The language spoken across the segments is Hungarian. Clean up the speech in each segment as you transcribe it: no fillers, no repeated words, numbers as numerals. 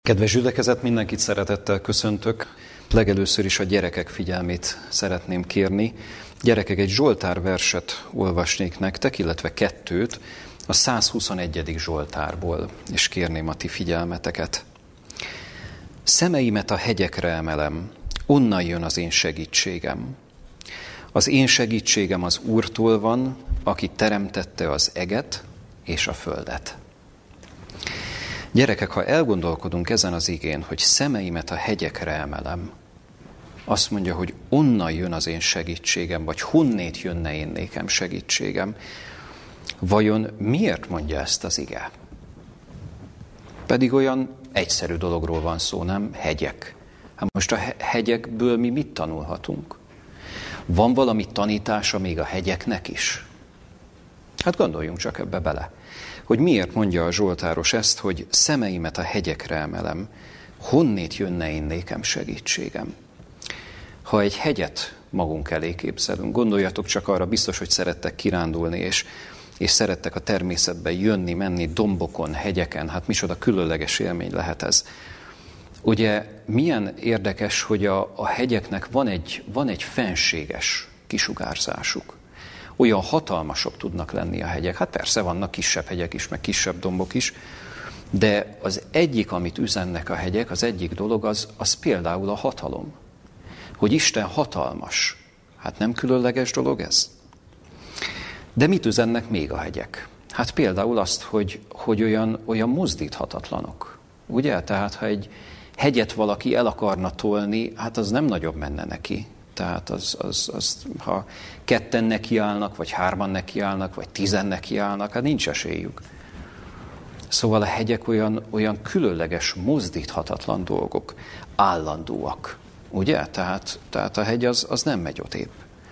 Kedves gyülekezet, mindenkit szeretettel köszöntök. Legelőször is a gyerekek figyelmét szeretném kérni. Gyerekek, egy Zsoltár verset olvasnék nektek, illetve kettőt, a 121. Zsoltárból, és kérném a ti figyelmeteket. Szemeimet a hegyekre emelem, onnan jön az én segítségem. Az én segítségem az Úrtól van, aki teremtette az eget és a földet. Gyerekek, ha elgondolkodunk ezen az igén, hogy szemeimet a hegyekre emelem, azt mondja, hogy onnan jön az én segítségem, vagy honnét jönne én nékem segítségem. Vajon miért mondja ezt az ige? Pedig olyan egyszerű dologról van szó, nem? Hegyek. Hát most a hegyekből mi mit tanulhatunk? Van valami tanítása még a hegyeknek is? Hát gondoljunk csak ebbe bele. Hogy miért mondja a zsoltáros ezt, hogy szemeimet a hegyekre emelem, honnét jönne én nékem segítségem? Ha egy hegyet magunk elé képzelünk, gondoljatok csak arra, biztos, hogy szerettek kirándulni, és szerettek a természetben jönni, menni dombokon, hegyeken, hát micsoda különleges élmény lehet ez. Ugye milyen érdekes, hogy a hegyeknek van egy fenséges kisugárzásuk. Olyan hatalmasok tudnak lenni a hegyek. Hát persze vannak kisebb hegyek is, meg kisebb dombok is, de az egyik, amit üzennek a hegyek, az egyik dolog, az például a hatalom. Hogy Isten hatalmas. Hát nem különleges dolog ez? De mit üzennek még a hegyek? Hát például azt, hogy olyan mozdíthatatlanok. Ugye? Tehát ha egy hegyet valaki el akarna tolni, hát az nem nagyobb menne neki. Tehát ha ketten nekiállnak, vagy hárman nekiállnak, vagy 10 nekiállnak, hát nincs esélyük. Szóval a hegyek olyan különleges, mozdíthatatlan dolgok, állandóak. Ugye? Tehát a hegy az nem megy odébb.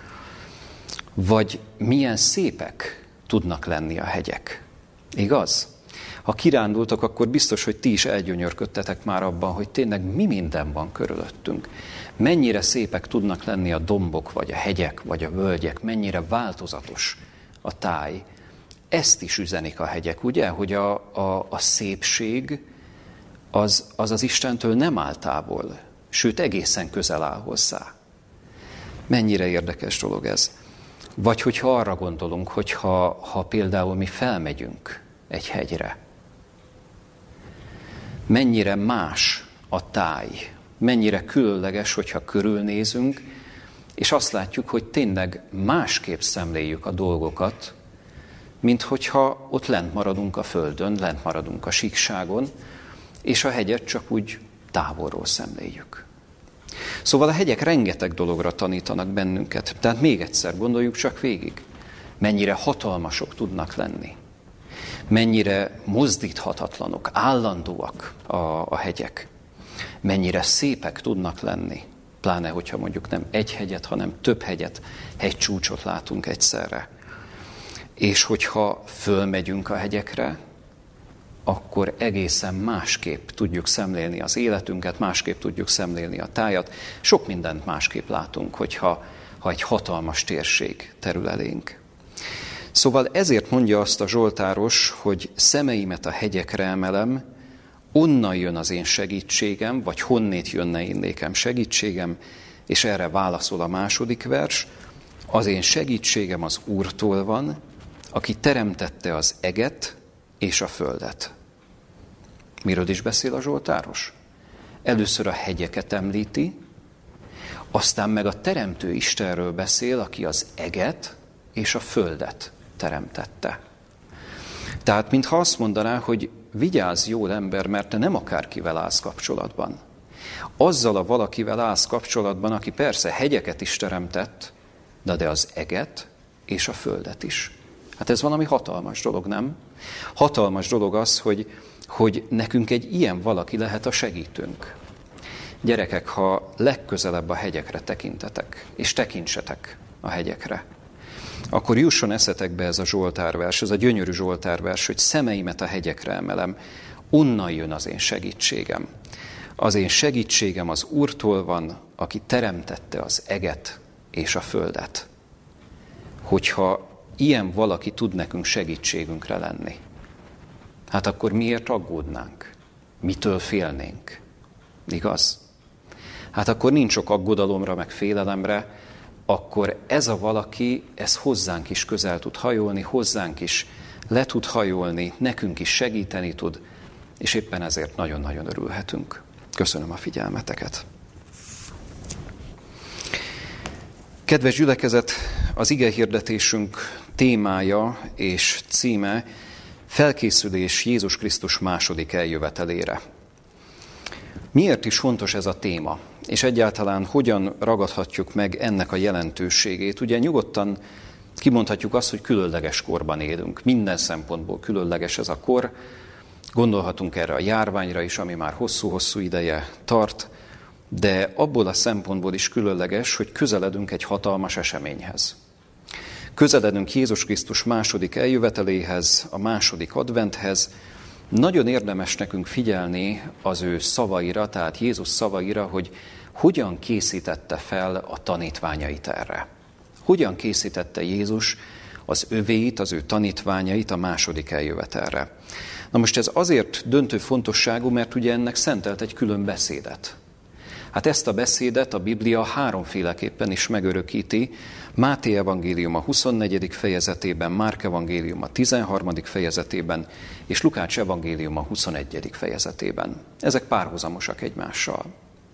Vagy milyen szépek tudnak lenni a hegyek. Igaz? Ha kirándultok, akkor biztos, hogy ti is elgyönyörködtetek már abban, hogy tényleg mi minden van körülöttünk. Mennyire szépek tudnak lenni a dombok, vagy a hegyek, vagy a völgyek, mennyire változatos a táj. Ezt is üzenik a hegyek, ugye, hogy a szépség az Istentől nem áll távol, sőt egészen közel áll hozzá. Mennyire érdekes dolog ez. Vagy hogyha arra gondolunk, hogy ha például mi felmegyünk egy hegyre, mennyire más a táj, mennyire különleges, hogyha körülnézünk, és azt látjuk, hogy tényleg másképp szemléljük a dolgokat, mint hogyha ott lent maradunk a földön, lent maradunk a síkságon, és a hegyet csak úgy távolról szemléljük. Szóval a hegyek rengeteg dologra tanítanak bennünket. Tehát még egyszer gondoljuk csak végig, mennyire hatalmasok tudnak lenni. Mennyire mozdíthatatlanok, állandóak a hegyek. Mennyire szépek tudnak lenni. Pláne, hogyha mondjuk nem egy hegyet, hanem több hegyet, hegycsúcsot látunk egyszerre. És hogyha fölmegyünk a hegyekre, akkor egészen másképp tudjuk szemlélni az életünket, másképp tudjuk szemlélni a tájat. Sok mindent másképp látunk, ha egy hatalmas térség terül elénk. Szóval ezért mondja azt a zsoltáros, hogy szemeimet a hegyekre emelem, onnan jön az én segítségem, vagy honnét jönne én nékem segítségem, és erre válaszol a második vers, az én segítségem az Úrtól van, aki teremtette az eget és a földet. Miről is beszél a zsoltáros? Először a hegyeket említi, aztán meg a teremtő Istenről beszél, aki az eget és a földet teremtette. Tehát, mintha azt mondaná, hogy vigyázz, jól ember, mert te nem akárkivel állsz kapcsolatban. Azzal a valakivel állsz kapcsolatban, aki persze hegyeket is teremtett, de az eget és a földet is. Hát ez valami hatalmas dolog, nem? Hatalmas dolog az, hogy nekünk egy ilyen valaki lehet a segítőnk. Gyerekek, ha legközelebb a hegyekre tekintetek, és tekintsetek a hegyekre, akkor jusson eszetekbe ez a zsoltárvers, ez a gyönyörű zsoltárvers, hogy szemeimet a hegyekre emelem, onnan jön az én segítségem. Az én segítségem az Úrtól van, aki teremtette az eget és a földet. Hogyha ilyen valaki tud nekünk segítségünkre lenni, hát akkor miért aggódnánk? Mitől félnénk? Igaz? Hát akkor nincs ok aggodalomra, meg félelemre, akkor ez a valaki, ez hozzánk is közel tud hajolni, hozzánk is le tud hajolni, nekünk is segíteni tud, és éppen ezért nagyon-nagyon örülhetünk. Köszönöm a figyelmeteket. Kedves gyülekezet, az igehirdetésünk témája és címe felkészülés Jézus Krisztus második eljövetelére. Miért is fontos ez a téma? És egyáltalán hogyan ragadhatjuk meg ennek a jelentőségét? Ugye nyugodtan kimondhatjuk azt, hogy különleges korban élünk. Minden szempontból különleges ez a kor. Gondolhatunk erre a járványra is, ami már hosszú-hosszú ideje tart, de abból a szempontból is különleges, hogy közeledünk egy hatalmas eseményhez. Közeledünk Jézus Krisztus második eljöveteléhez, a második adventhez. Nagyon érdemes nekünk figyelni az ő szavaira, tehát Jézus szavaira, hogy hogyan készítette fel a tanítványait erre. Hogyan készítette Jézus az övéit, az ő tanítványait a második eljövetelre. Na most ez azért döntő fontosságú, mert ugye ennek szentelt egy külön beszédet. Hát ezt a beszédet a Biblia háromféleképpen is megörökíti. Máté evangélium a 24. fejezetében, Márk evangélium a 13. fejezetében, és Lukács evangélium a 21. fejezetében. Ezek párhuzamosak egymással.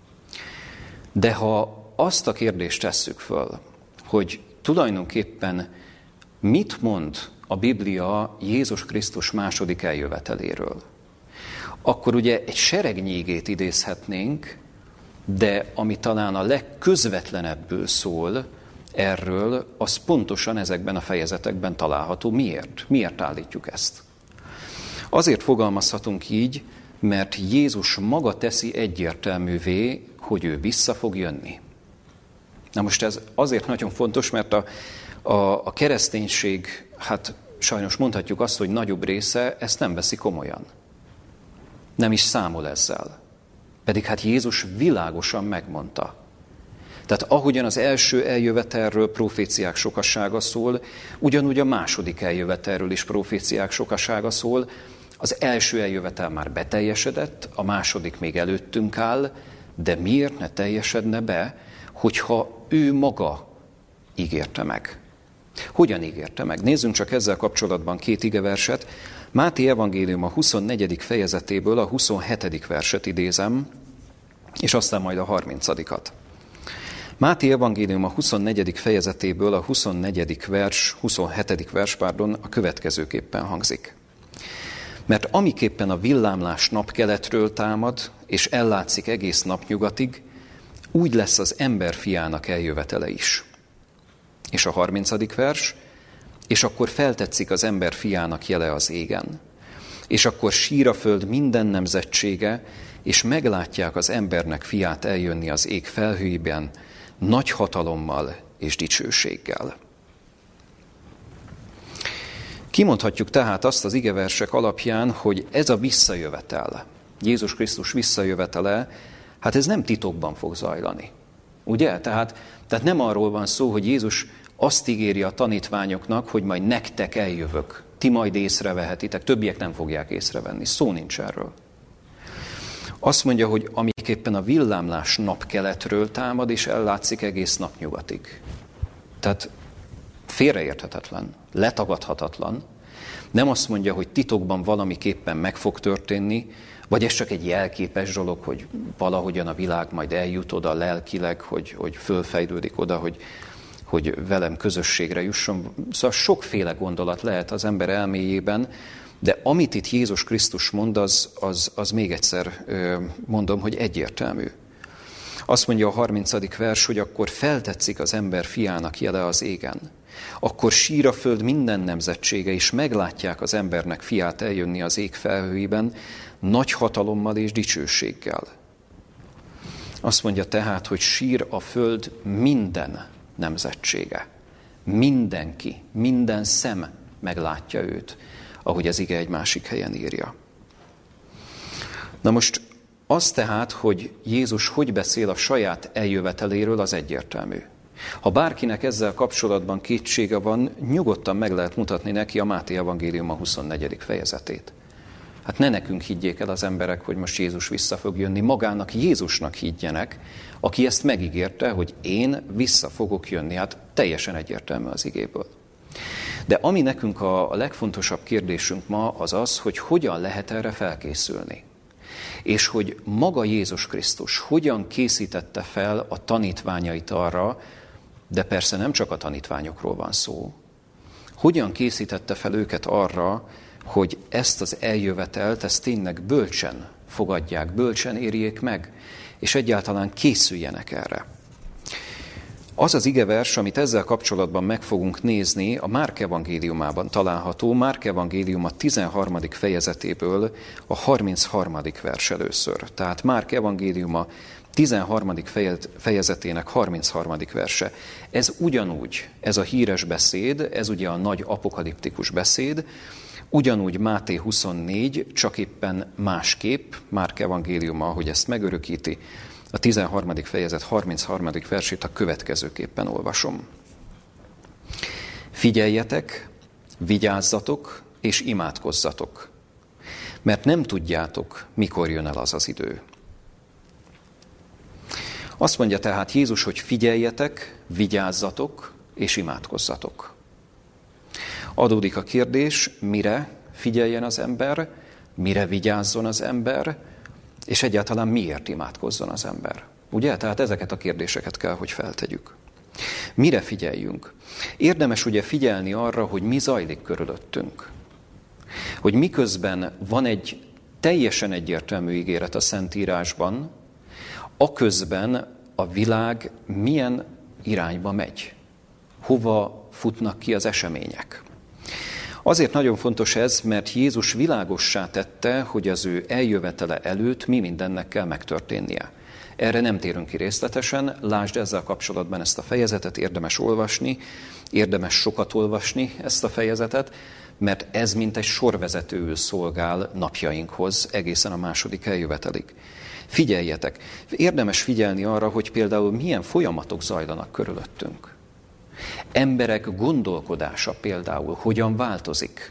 De ha azt a kérdést tesszük föl, hogy tulajdonképpen mit mond a Biblia Jézus Krisztus második eljöveteléről, akkor ugye egy seregnyi igét idézhetnénk, de ami talán a legközvetlenebbül szól erről, az pontosan ezekben a fejezetekben található. Miért? Miért állítjuk ezt? Azért fogalmazhatunk így, mert Jézus maga teszi egyértelművé, hogy ő vissza fog jönni. Na most ez azért nagyon fontos, mert a kereszténység, hát sajnos mondhatjuk azt, hogy nagyobb része ezt nem veszi komolyan. Nem is számol ezzel. Pedig hát Jézus világosan megmondta. Tehát ahogyan az első eljövetelről proféciák sokasága szól, ugyanúgy a második eljövetelről is proféciák sokasága szól. Az első eljövetel már beteljesedett, a második még előttünk áll, de miért ne teljesedne be, hogyha ő maga ígérte meg? Hogyan ígérte meg? Nézzünk csak ezzel kapcsolatban két igeverset. Máté evangélium a 24. fejezetéből a 27. verset idézem, és aztán majd a 30-at. Máté evangélium a 24. fejezetéből a 27. vers a következőképpen hangzik. Mert amiképpen a villámlás napkeletről támad, és ellátszik egész napnyugatig, úgy lesz az emberfiának eljövetele is. És a 30. vers, és akkor feltetszik az emberfiának jele az égen. És akkor sír a föld minden nemzetsége, és meglátják az embernek fiát eljönni az ég felhőiben, nagy hatalommal és dicsőséggel. Kimondhatjuk tehát azt az igeversek alapján, hogy ez a visszajövetel, Jézus Krisztus visszajövetele, hát ez nem titokban fog zajlani. Ugye? Tehát nem arról van szó, hogy Jézus azt ígéri a tanítványoknak, hogy majd nektek eljövök, ti majd észrevehetitek, többiek nem fogják észrevenni. Szó nincs erről. Azt mondja, hogy amiképpen a villámlás napkeletről támad, és ellátszik egész napnyugatig. Tehát félreérthetetlen, letagadhatatlan. Nem azt mondja, hogy titokban valamiképpen meg fog történni, vagy ez csak egy jelképes dolog, hogy valahogyan a világ majd eljut oda lelkileg, hogy fölfejlődik oda, hogy velem közösségre jusson. Szóval sokféle gondolat lehet az ember elméjében, de amit itt Jézus Krisztus mond, az még egyszer mondom, hogy egyértelmű. Azt mondja a 30. vers, hogy akkor feltetszik az ember fiának jele az égen. Akkor sír a föld minden nemzetsége, és meglátják az embernek fiát eljönni az ég felhőiben, nagy hatalommal és dicsőséggel. Azt mondja tehát, hogy sír a föld minden nemzetsége. Mindenki, minden szem meglátja őt, ahogy az ige egy másik helyen írja. Na most az tehát, hogy Jézus hogy beszél a saját eljöveteléről, az egyértelmű. Ha bárkinek ezzel kapcsolatban kétsége van, nyugodtan meg lehet mutatni neki a Máté evangélium a 24. fejezetét. Hát ne nekünk higgyék el az emberek, hogy most Jézus vissza fog jönni, magának Jézusnak higgyenek, aki ezt megígérte, hogy én vissza fogok jönni. Hát teljesen egyértelmű az igéből. De ami nekünk a legfontosabb kérdésünk ma az az, hogy hogyan lehet erre felkészülni. És hogy maga Jézus Krisztus hogyan készítette fel a tanítványait arra, de persze nem csak a tanítványokról van szó, hogyan készítette fel őket arra, hogy ezt az eljövetelt, ezt tényleg bölcsen fogadják, bölcsen érjék meg, és egyáltalán készüljenek erre. Az az igevers, amit ezzel kapcsolatban meg fogunk nézni, a Márk evangéliumában található, Márk evangélium a 13. fejezetéből a 33. vers először. Tehát Márk evangéliuma 13. fejezetének 33. verse. Ez ugyanúgy, ez a híres beszéd, ez ugye a nagy apokaliptikus beszéd, ugyanúgy Máté 24, csak éppen másképp, Márk evangéliuma, ahogy ezt megörökíti, a 13. fejezet 33. versét a következőképpen olvasom. Figyeljetek, vigyázzatok és imádkozzatok, mert nem tudjátok, mikor jön el az az idő. Azt mondja tehát Jézus, hogy figyeljetek, vigyázzatok és imádkozzatok. Adódik a kérdés, mire figyeljen az ember, mire vigyázzon az ember, és egyáltalán miért imádkozzon az ember. Ugye? Tehát ezeket a kérdéseket kell, hogy feltegyük. Mire figyeljünk? Érdemes ugye figyelni arra, hogy mi zajlik körülöttünk. Hogy miközben van egy teljesen egyértelmű ígéret a Szentírásban, aközben a világ milyen irányba megy. Hova futnak ki az események. Azért nagyon fontos ez, mert Jézus világossá tette, hogy az ő eljövetele előtt mi mindennek kell megtörténnie. Erre nem térünk ki részletesen, lásd ezzel kapcsolatban ezt a fejezetet, érdemes olvasni, érdemes sokat olvasni ezt a fejezetet, mert ez mint egy sorvezetőül szolgál napjainkhoz, egészen a második eljövetelig. Figyeljetek, érdemes figyelni arra, hogy például milyen folyamatok zajlanak körülöttünk. Emberek gondolkodása például hogyan változik?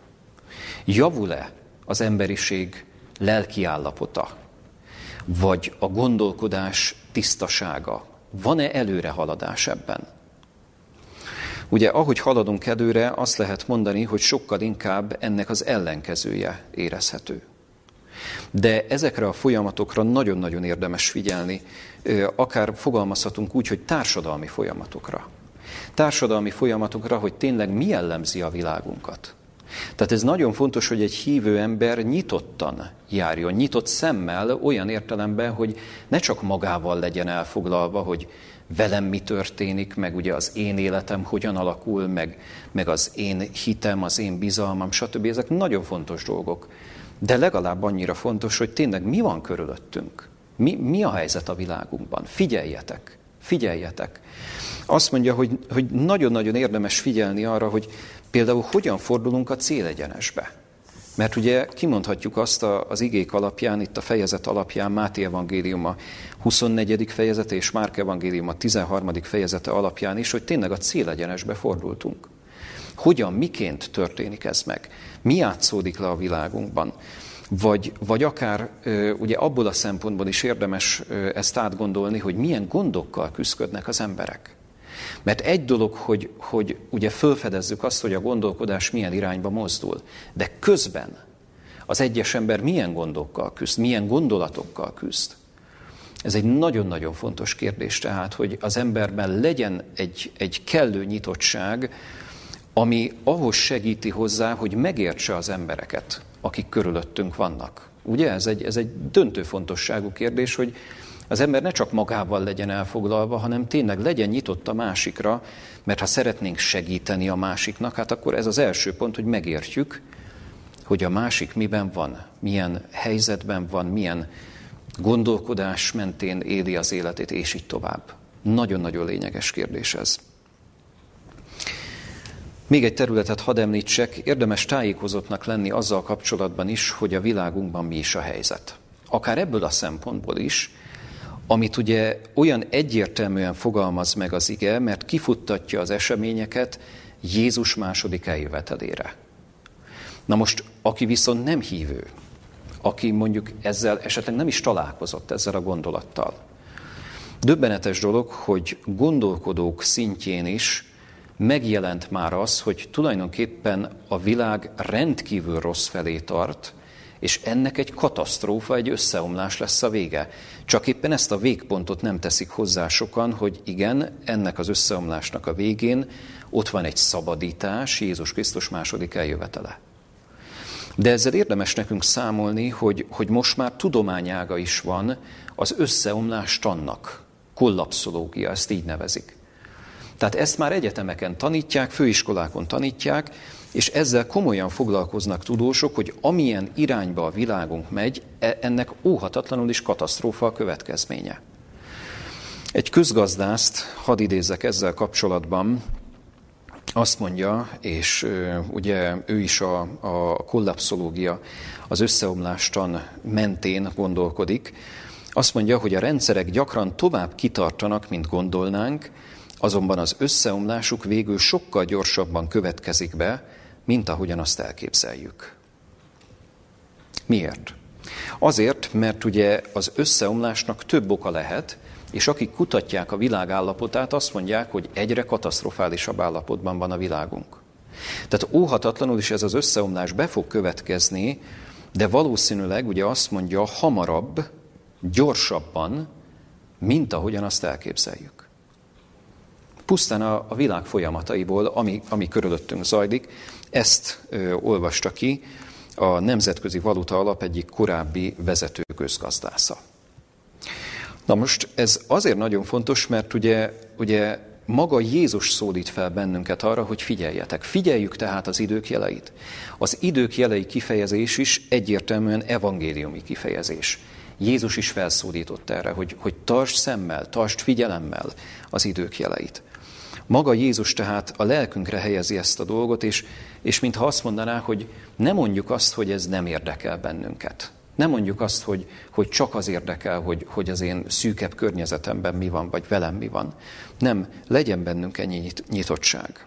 Javul-e az emberiség lelki állapota? Vagy a gondolkodás tisztasága? Van-e előrehaladás ebben? Ugye, ahogy haladunk előre, azt lehet mondani, hogy sokkal inkább ennek az ellenkezője érezhető. De ezekre a folyamatokra nagyon-nagyon érdemes figyelni, akár fogalmazhatunk úgy, hogy társadalmi folyamatokra. Társadalmi folyamatokra, hogy tényleg mi jellemzi a világunkat. Tehát ez nagyon fontos, hogy egy hívő ember nyitottan járjon, nyitott szemmel olyan értelemben, hogy ne csak magával legyen elfoglalva, hogy velem mi történik, meg ugye az én életem hogyan alakul, meg az én hitem, az én bizalmam, stb. Ezek nagyon fontos dolgok. De legalább annyira fontos, hogy tényleg mi van körülöttünk. Mi a helyzet a világunkban? Figyeljetek, figyeljetek. Azt mondja, hogy nagyon-nagyon érdemes figyelni arra, hogy például hogyan fordulunk a célegyenesbe. Mert ugye kimondhatjuk azt az igék alapján, itt a fejezet alapján, Máté evangéliuma 24. fejezete és Márk evangéliuma 13. fejezete alapján is, hogy tényleg a célegyenesbe fordultunk. Hogyan, miként történik ez meg? Mi játszódik le a világunkban? Vagy akár ugye abból a szempontból is érdemes ezt átgondolni, hogy milyen gondokkal küszködnek az emberek. Mert egy dolog, hogy ugye felfedezzük azt, hogy a gondolkodás milyen irányba mozdul, de közben az egyes ember milyen gondokkal küzd, milyen gondolatokkal küzd. Ez egy nagyon-nagyon fontos kérdés tehát, hogy az emberben legyen egy kellő nyitottság, ami ahhoz segíti hozzá, hogy megértse az embereket, akik körülöttünk vannak. Ugye ez egy döntő fontosságú kérdés, hogy az ember ne csak magával legyen elfoglalva, hanem tényleg legyen nyitott a másikra, mert ha szeretnénk segíteni a másiknak, hát akkor ez az első pont, hogy megértjük, hogy a másik miben van, milyen helyzetben van, milyen gondolkodás mentén éli az életét, és így tovább. Nagyon-nagyon lényeges kérdés ez. Még egy területet hadd említsek, érdemes tájékozottnak lenni azzal kapcsolatban is, hogy a világunkban mi is a helyzet. Akár ebből a szempontból is, amit ugye olyan egyértelműen fogalmaz meg az ige, mert kifuttatja az eseményeket Jézus második eljövetelére. Na most, aki viszont nem hívő, aki mondjuk ezzel esetleg nem is találkozott ezzel a gondolattal. Döbbenetes dolog, hogy gondolkodók szintjén is megjelent már az, hogy tulajdonképpen a világ rendkívül rossz felé tart, és ennek egy katasztrófa, egy összeomlás lesz a vége. Csak éppen ezt a végpontot nem teszik hozzá sokan, hogy igen, ennek az összeomlásnak a végén ott van egy szabadítás, Jézus Krisztus második eljövetele. De ezzel érdemes nekünk számolni, hogy most már tudományága is van az összeomlás tannak. Kollapszológia, ezt így nevezik. Tehát ezt már egyetemeken tanítják, főiskolákon tanítják, és ezzel komolyan foglalkoznak tudósok, hogy amilyen irányba a világunk megy, ennek óhatatlanul is katasztrófa a következménye. Egy közgazdászt, hadd idézzek ezzel kapcsolatban, azt mondja, és ugye ő is a kollapszológia, az összeomlástan mentén gondolkodik, azt mondja, hogy a rendszerek gyakran tovább kitartanak, mint gondolnánk, azonban az összeomlásuk végül sokkal gyorsabban következik be, mint ahogyan azt elképzeljük. Miért? Azért, mert ugye az összeomlásnak több oka lehet, és akik kutatják a világ állapotát, azt mondják, hogy egyre katasztrofálisabb állapotban van a világunk. Tehát óhatatlanul is ez az összeomlás be fog következni, de valószínűleg ugye azt mondja, hamarabb, gyorsabban, mint ahogyan azt elképzeljük. Pusztán a világ folyamataiból, ami körülöttünk zajlik, ezt olvasta ki a Nemzetközi Valuta Alap egyik korábbi vezető közgazdásza. Na most ez azért nagyon fontos, mert ugye maga Jézus szólít fel bennünket arra, hogy figyeljetek. Figyeljük tehát az idők jeleit. Az idők jelei kifejezés is egyértelműen evangéliumi kifejezés. Jézus is felszólított erre, hogy tartsd szemmel, tartsd figyelemmel az idők jeleit. Maga Jézus tehát a lelkünkre helyezi ezt a dolgot, és mintha azt mondaná, hogy ne mondjuk azt, hogy ez nem érdekel bennünket. Ne mondjuk azt, hogy csak az érdekel, hogy az én szűkebb környezetemben mi van, vagy velem mi van. Nem, legyen bennünk ennyi nyitottság.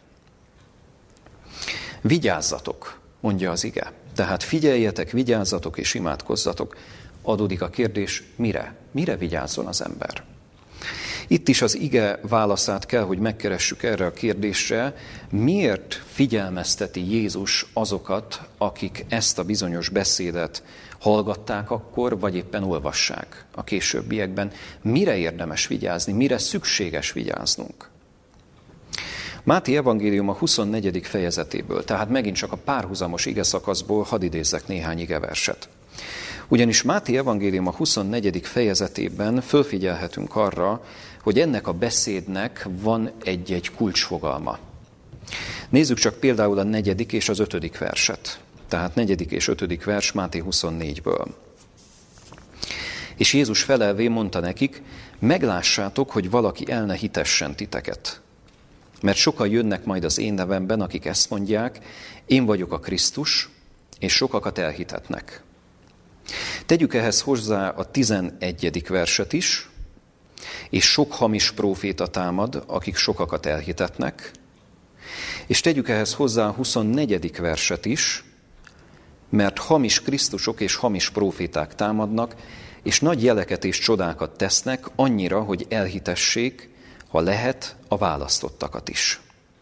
Vigyázzatok, mondja az ige. Tehát figyeljetek, vigyázzatok és imádkozzatok. Adódik a kérdés, mire? Mire vigyázzon az ember? Itt is az ige válaszát kell, hogy megkeressük erre a kérdésre, miért figyelmezteti Jézus azokat, akik ezt a bizonyos beszédet hallgatták akkor, vagy éppen olvassák a későbbiekben. Mire érdemes vigyázni, mire szükséges vigyáznunk? Máté evangélium a 24. fejezetéből, tehát megint csak a párhuzamos igeszakaszból hadd idézzek néhány igeverset. Ugyanis Máté evangélium a 24. fejezetében fölfigyelhetünk arra, hogy ennek a beszédnek van egy kulcsfogalma. Nézzük csak például a 4. és az 5. verset. Tehát 4. és 5. vers Máté 24-ből. És Jézus felelvé mondta nekik, meglássátok, hogy valaki el ne hitessen titeket. Mert sokan jönnek majd az én nevemben, akik ezt mondják, én vagyok a Krisztus, és sokakat elhitetnek. Tegyük ehhez hozzá a 11. verset is, és sok hamis próféta támad, akik sokakat elhitetnek, és tegyük ehhez hozzá a 24. verset is, mert hamis Krisztusok és hamis próféták támadnak, és nagy jeleket és csodákat tesznek, annyira, hogy elhitessék, ha lehet, a választottakat is.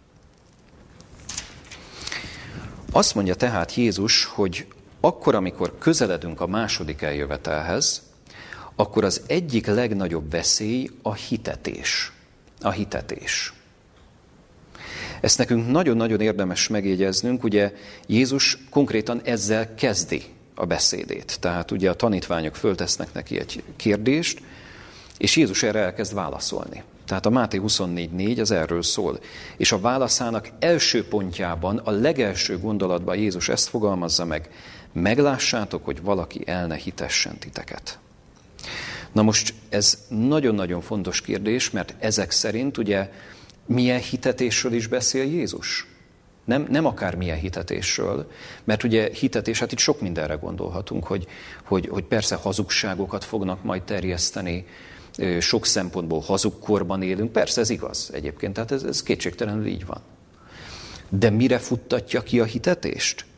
Azt mondja tehát Jézus, hogy akkor, amikor közeledünk a második eljövetelhez, akkor az egyik legnagyobb veszély a hitetés. A hitetés. Ezt nekünk nagyon-nagyon érdemes megjegyeznünk, ugye Jézus konkrétan ezzel kezdi a beszédét. Tehát ugye a tanítványok föltesznek neki egy kérdést, és Jézus erre elkezd válaszolni. Tehát a Máté 24.4 az erről szól. És a válaszának első pontjában, a legelső gondolatban Jézus ezt fogalmazza meg, meglássátok, hogy valaki el ne hitessen titeket. Na most ez nagyon-nagyon fontos kérdés, mert ezek szerint ugye milyen hitetésről is beszél Jézus? Nem akármilyen hitetésről, mert ugye hitetés, hát itt sok mindenre gondolhatunk, hogy persze hazugságokat fognak majd terjeszteni, sok szempontból hazugkorban élünk, persze ez igaz egyébként, tehát ez kétségtelenül így van. De mire futtatja ki a hitetést?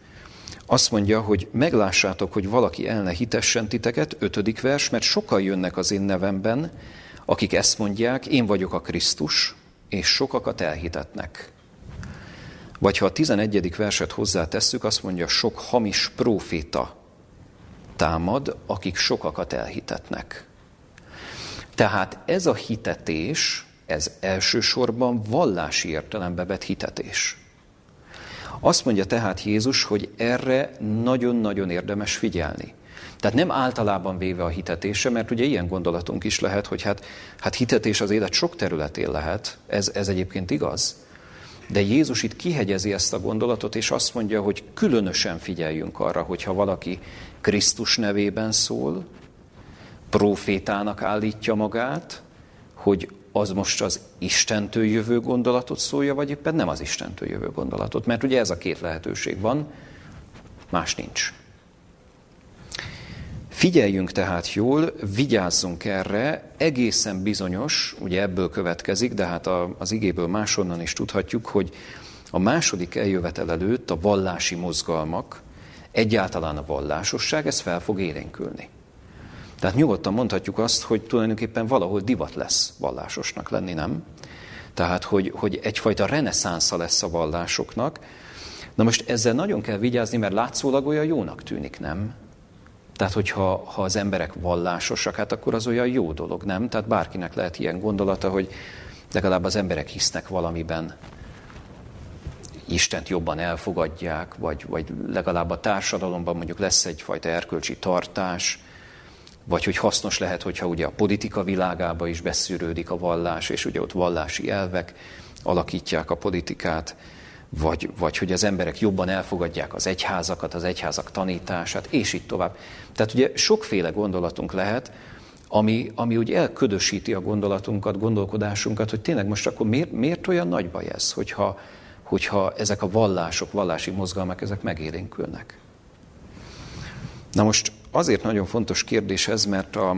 Azt mondja, hogy meglássátok, hogy valaki el ne hitessen titeket, 5. vers, mert sokan jönnek az én nevemben, akik ezt mondják, én vagyok a Krisztus, és sokakat elhitetnek. Vagy ha a 11. verset hozzátesszük, azt mondja, sok hamis próféta támad, akik sokakat elhitetnek. Tehát ez a hitetés, ez elsősorban vallási értelembe vett hitetés. Azt mondja tehát Jézus, hogy erre nagyon-nagyon érdemes figyelni. Tehát nem általában véve a hitetése, mert ugye ilyen gondolatunk is lehet, hogy hát hitetés az élet sok területén lehet, ez egyébként igaz. De Jézus itt kihegyezi ezt a gondolatot, és azt mondja, hogy különösen figyeljünk arra, hogyha valaki Krisztus nevében szól, prófétának állítja magát, hogy az most az Istentől jövő gondolatot szólja, vagy éppen nem az Istentől jövő gondolatot. Mert ugye ez a két lehetőség van, más nincs. Figyeljünk tehát jól, vigyázzunk erre, egészen bizonyos, ugye ebből következik, de hát az igéből máshonnan is tudhatjuk, hogy a második eljövetel előtt a vallási mozgalmak, egyáltalán a vallásosság, ez fel fog élénkülni. Tehát nyugodtan mondhatjuk azt, hogy tulajdonképpen valahol divat lesz vallásosnak lenni, nem? Tehát, hogy egyfajta reneszánsza lesz a vallásoknak. Na most ezzel nagyon kell vigyázni, mert látszólag olyan jónak tűnik, nem? Tehát, hogyha az emberek vallásosak, hát akkor az olyan jó dolog, nem? Tehát bárkinek lehet ilyen gondolata, hogy legalább az emberek hisznek valamiben, Istent jobban elfogadják, vagy legalább a társadalomban mondjuk lesz egyfajta erkölcsi tartás, vagy hogy hasznos lehet, hogyha ugye a politika világába is beszűrődik a vallás, és ugye ott vallási elvek alakítják a politikát, vagy hogy az emberek jobban elfogadják az egyházakat, az egyházak tanítását, és így tovább. Tehát ugye sokféle gondolatunk lehet, ami úgy elködösíti a gondolatunkat, gondolkodásunkat, hogy tényleg most akkor miért olyan nagy baj ez, hogyha ezek a vallások, vallási mozgalmak, ezek megélénkülnek. Na most azért nagyon fontos kérdés ez, mert a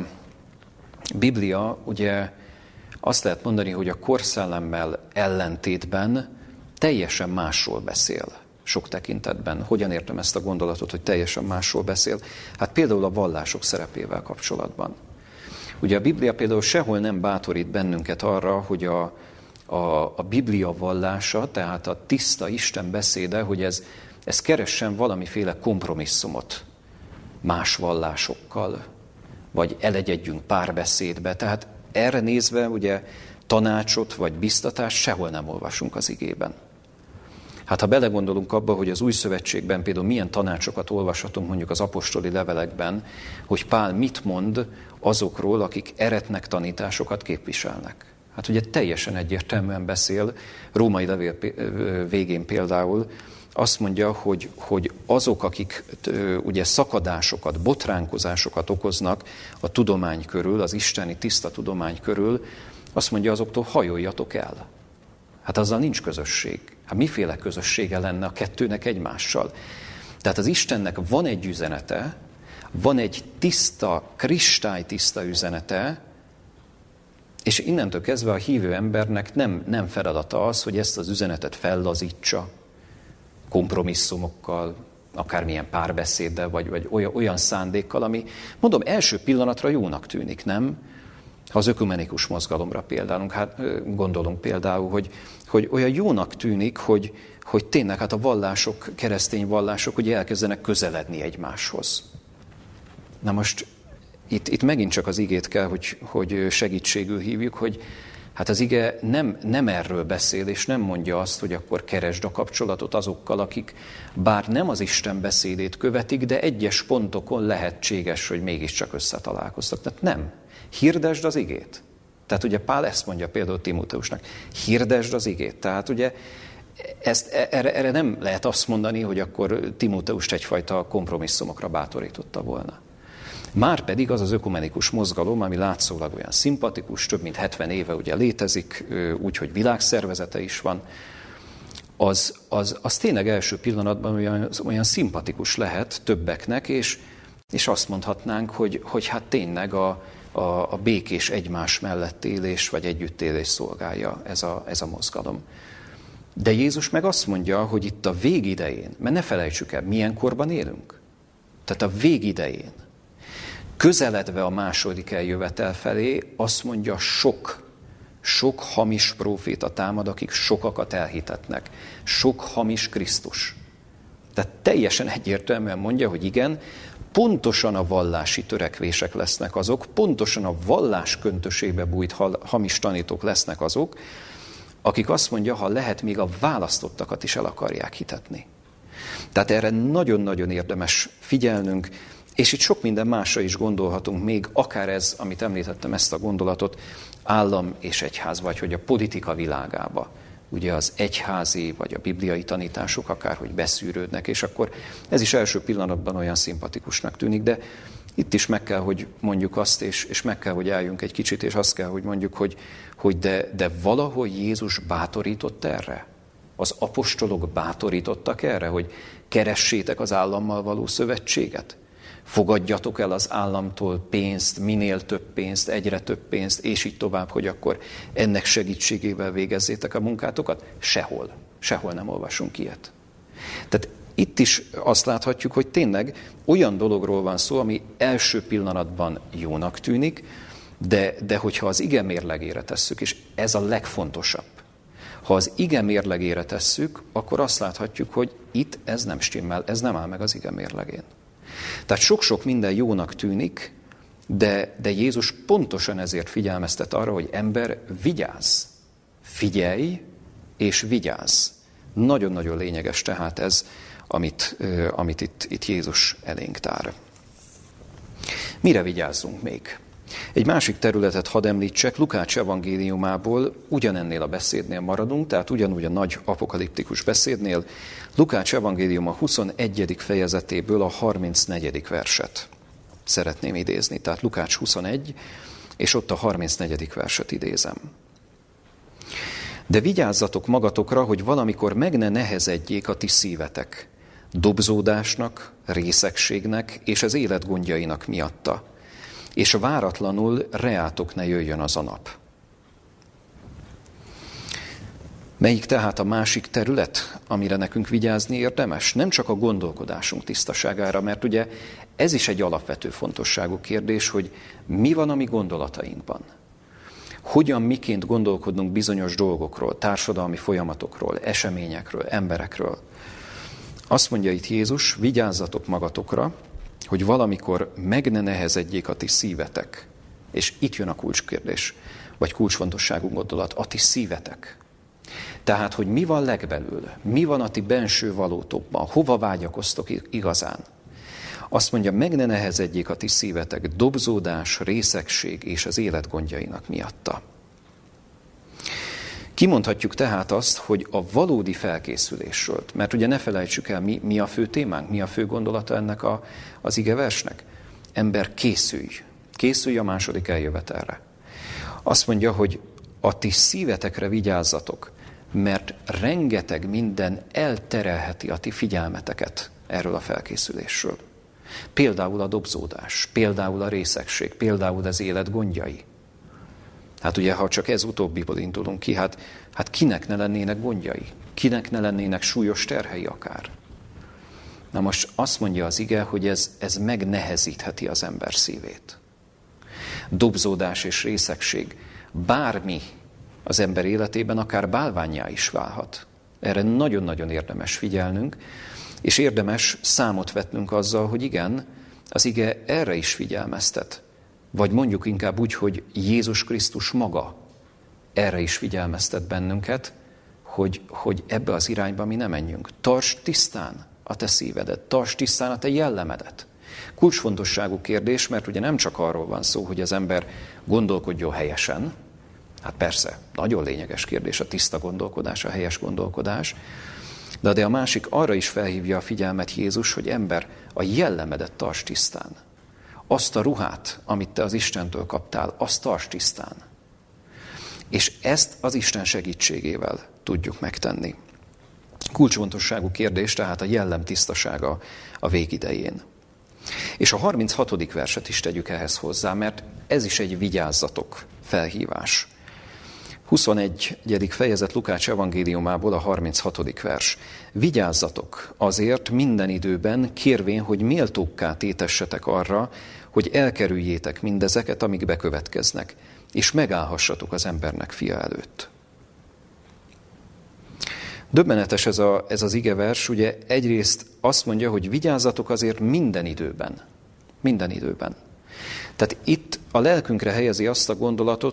Biblia ugye azt lehet mondani, hogy a korszellemmel ellentétben teljesen másról beszél sok tekintetben. Hogyan értem ezt a gondolatot, hogy teljesen másról beszél? Hát például a vallások szerepével kapcsolatban. Ugye a Biblia például sehol nem bátorít bennünket arra, hogy a Biblia vallása, tehát a tiszta Isten beszéde, hogy ez keressen valamiféle kompromisszumot más vallásokkal, vagy elegyedjünk párbeszédbe. Tehát erre nézve ugye tanácsot vagy biztatást sehol nem olvasunk az igében. Hát ha belegondolunk abba, hogy az Új Szövetségben például milyen tanácsokat olvashatunk mondjuk az apostoli levelekben, hogy Pál mit mond azokról, akik eretnek tanításokat képviselnek. Hát ugye teljesen egyértelműen beszél, római levél végén például azt mondja, hogy azok, akik ugye szakadásokat, botránkozásokat okoznak a tudomány körül, az isteni tiszta tudomány körül, azt mondja, azoktól hajoljatok el. Hát azzal nincs közösség. Hát miféle közössége lenne a kettőnek egymással? Tehát az Istennek van egy üzenete, van egy tiszta, kristálytiszta üzenete, és innentől kezdve a hívő embernek nem feladata az, hogy ezt az üzenetet fellazítsa kompromisszumokkal, akármilyen párbeszéddel, vagy olyan szándékkal, ami, mondom, első pillanatra jónak tűnik, nem? Ha az ökumenikus mozgalomra gondolunk például, hogy olyan jónak tűnik, hogy tényleg hát a vallások, keresztény vallások ugye elkezdenek közeledni egymáshoz. Na most itt megint csak az igét kell, hogy segítségül hívjuk, hogy hát az ige nem erről beszél, és nem mondja azt, hogy akkor keresd a kapcsolatot azokkal, akik bár nem az Isten beszédét követik, de egyes pontokon lehetséges, hogy mégiscsak összetalálkoztak. Tehát nem. Hirdesd az igét. Tehát ugye Pál ezt mondja például Timóteusnak. Hirdesd az igét. Tehát ugye erre nem lehet azt mondani, hogy akkor Timóteust egyfajta kompromisszumokra bátorította volna. Márpedig az ökumenikus mozgalom, ami látszólag olyan szimpatikus, több mint 70 éve ugye létezik, úgyhogy világszervezete is van, az tényleg első pillanatban olyan szimpatikus lehet többeknek, és azt mondhatnánk, hogy hát tényleg a békés egymás mellett élés, vagy együttélés szolgálja ez a mozgalom. De Jézus meg azt mondja, hogy itt a végidején, mert ne felejtsük el, milyen korban élünk. Tehát a végidején, közeledve a második eljövetel felé, azt mondja, sok hamis próféta támad, akik sokakat elhitetnek. Sok hamis Krisztus. Tehát teljesen egyértelműen mondja, hogy igen, pontosan a vallási törekvések lesznek azok, pontosan a vallás köntösébe bújt hamis tanítók lesznek azok, akik azt mondja, ha lehet, még a választottakat is el akarják hitetni. Tehát erre nagyon-nagyon érdemes figyelnünk, és itt sok minden másra is gondolhatunk még, akár ez, amit említettem, ezt a gondolatot, állam és egyház, vagy hogy a politika világába, ugye az egyházi, vagy a bibliai tanítások akárhogy beszűrődnek, és akkor ez is első pillanatban olyan szimpatikusnak tűnik, de itt is meg kell, hogy mondjuk azt, és meg kell, hogy álljunk egy kicsit, és azt kell, hogy mondjuk, hogy de valahol Jézus bátorított erre? Az apostolok bátorítottak erre, hogy keressétek az állammal való szövetséget? Fogadjatok el az államtól pénzt, minél több pénzt, egyre több pénzt, és így tovább, hogy akkor ennek segítségével végezzétek a munkátokat? Sehol nem olvasunk ilyet. Tehát itt is azt láthatjuk, hogy tényleg olyan dologról van szó, ami első pillanatban jónak tűnik, de hogyha az ige mérlegére tesszük, és ez a legfontosabb, ha az ige mérlegére tesszük, akkor azt láthatjuk, hogy itt ez nem stimmel, ez nem áll meg az ige mérlegén. Tehát sok-sok minden jónak tűnik, de Jézus pontosan ezért figyelmeztet arra, hogy ember, vigyázz, figyelj és vigyázz. Nagyon-nagyon lényeges tehát ez, amit itt Jézus elénk tár. Mire vigyázzunk még? Egy másik területet hadd említsek, Lukács evangéliumából ugyanennél a beszédnél maradunk, tehát ugyanúgy a nagy apokaliptikus beszédnél, Lukács evangéliuma 21. fejezetéből a 34. verset szeretném idézni. Tehát Lukács 21, és ott a 34. verset idézem. De vigyázzatok magatokra, hogy valamikor meg ne nehezedjék a ti szívetek, dobzódásnak, részegségnek és az élet gondjainak miatta, és váratlanul reátok ne jöjjön az a nap. Melyik tehát a másik terület, amire nekünk vigyázni érdemes? Nem csak a gondolkodásunk tisztaságára, mert ugye ez is egy alapvető fontosságú kérdés, hogy mi van a mi gondolatainkban. Hogyan, miként gondolkodunk bizonyos dolgokról, társadalmi folyamatokról, eseményekről, emberekről. Azt mondja itt Jézus, vigyázzatok magatokra, hogy valamikor meg ne nehezedjék a ti szívetek. És itt jön a kulcskérdés, vagy kulcsfontosságú gondolat, a ti szívetek. Tehát, hogy mi van legbelül, mi van a ti benső valótokban, hova vágyakoztok igazán. Azt mondja, meg ne nehezedjék a ti szívetek, dobzódás, részegség és az élet gondjainak miatta. Kimondhatjuk tehát azt, hogy a valódi felkészülésről, mert ugye ne felejtsük el, mi a fő témánk, mi a fő gondolata ennek az igeversnek. Ember, készülj a második eljövetelre. Azt mondja, hogy a ti szívetekre vigyázzatok, mert rengeteg minden elterelheti a ti figyelmeteket erről a felkészülésről. Például a dobzódás, például a részegség, például az élet gondjai. Hát ugye, ha csak ez utóbbiból indulunk ki, hát kinek ne lennének gondjai? Kinek ne lennének súlyos terhei akár? Na most azt mondja az ige, hogy ez megnehezítheti az ember szívét. Dobzódás és részegség, bármi az ember életében akár bálvánnyá is válhat. Erre nagyon-nagyon érdemes figyelnünk, és érdemes számot vetnünk azzal, hogy igen, az ige erre is figyelmeztet. Vagy mondjuk inkább úgy, hogy Jézus Krisztus maga erre is figyelmeztet bennünket, hogy ebbe az irányba mi ne menjünk. Tartsd tisztán a te szívedet, tartsd tisztán a te jellemedet. Kulcsfontosságú kérdés, mert ugye nem csak arról van szó, hogy az ember gondolkodjon helyesen, hát persze, nagyon lényeges kérdés a tiszta gondolkodás, a helyes gondolkodás, de a másik arra is felhívja a figyelmet Jézus, hogy ember, a jellemedet tartsd tisztán. Azt a ruhát, amit te az Istentől kaptál, azt tartsd tisztán. És ezt az Isten segítségével tudjuk megtenni. Kulcsfontosságú kérdés, tehát a jellem tisztasága a végidején. És a 36. verset is tegyük ehhez hozzá, mert ez is egy vigyázzatok felhívás. 21. fejezet Lukács evangéliumából a 36. vers. Vigyázzatok azért minden időben, kérvén, hogy méltókká tétessetek arra, hogy elkerüljétek mindezeket, amik bekövetkeznek, és megállhassatok az embernek fia előtt. Döbbenetes ez az igevers, ugye egyrészt azt mondja, hogy vigyázzatok azért minden időben. Minden időben. Tehát itt a lelkünkre helyezi azt a gondolatot,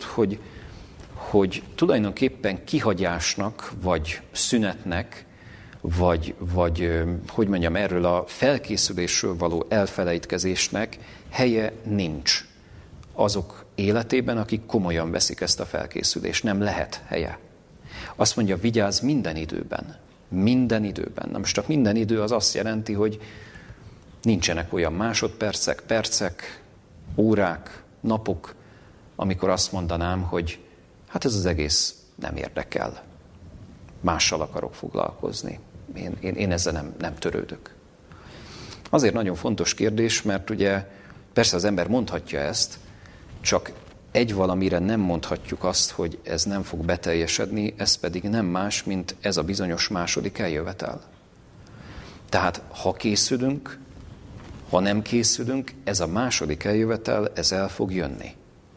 hogy tulajdonképpen kihagyásnak, vagy szünetnek, vagy hogy mondjam, erről a felkészülésről való elfelejtkezésnek helye nincs azok életében, akik komolyan veszik ezt a felkészülést. Nem lehet helye. Azt mondja, vigyázz minden időben. Minden időben. Na most a minden idő az azt jelenti, hogy nincsenek olyan másodpercek, percek, órák, napok, amikor azt mondanám, hogy hát ez az egész nem érdekel. Mással akarok foglalkozni. Én ezzel nem törődök. Azért nagyon fontos kérdés, mert ugye persze az ember mondhatja ezt, csak egy valamire nem mondhatjuk azt, hogy ez nem fog beteljesedni, ez pedig nem más, mint ez a bizonyos második eljövetel. Tehát ha készülünk, ha nem készülünk, ez a második eljövetel, ez el fog jönni.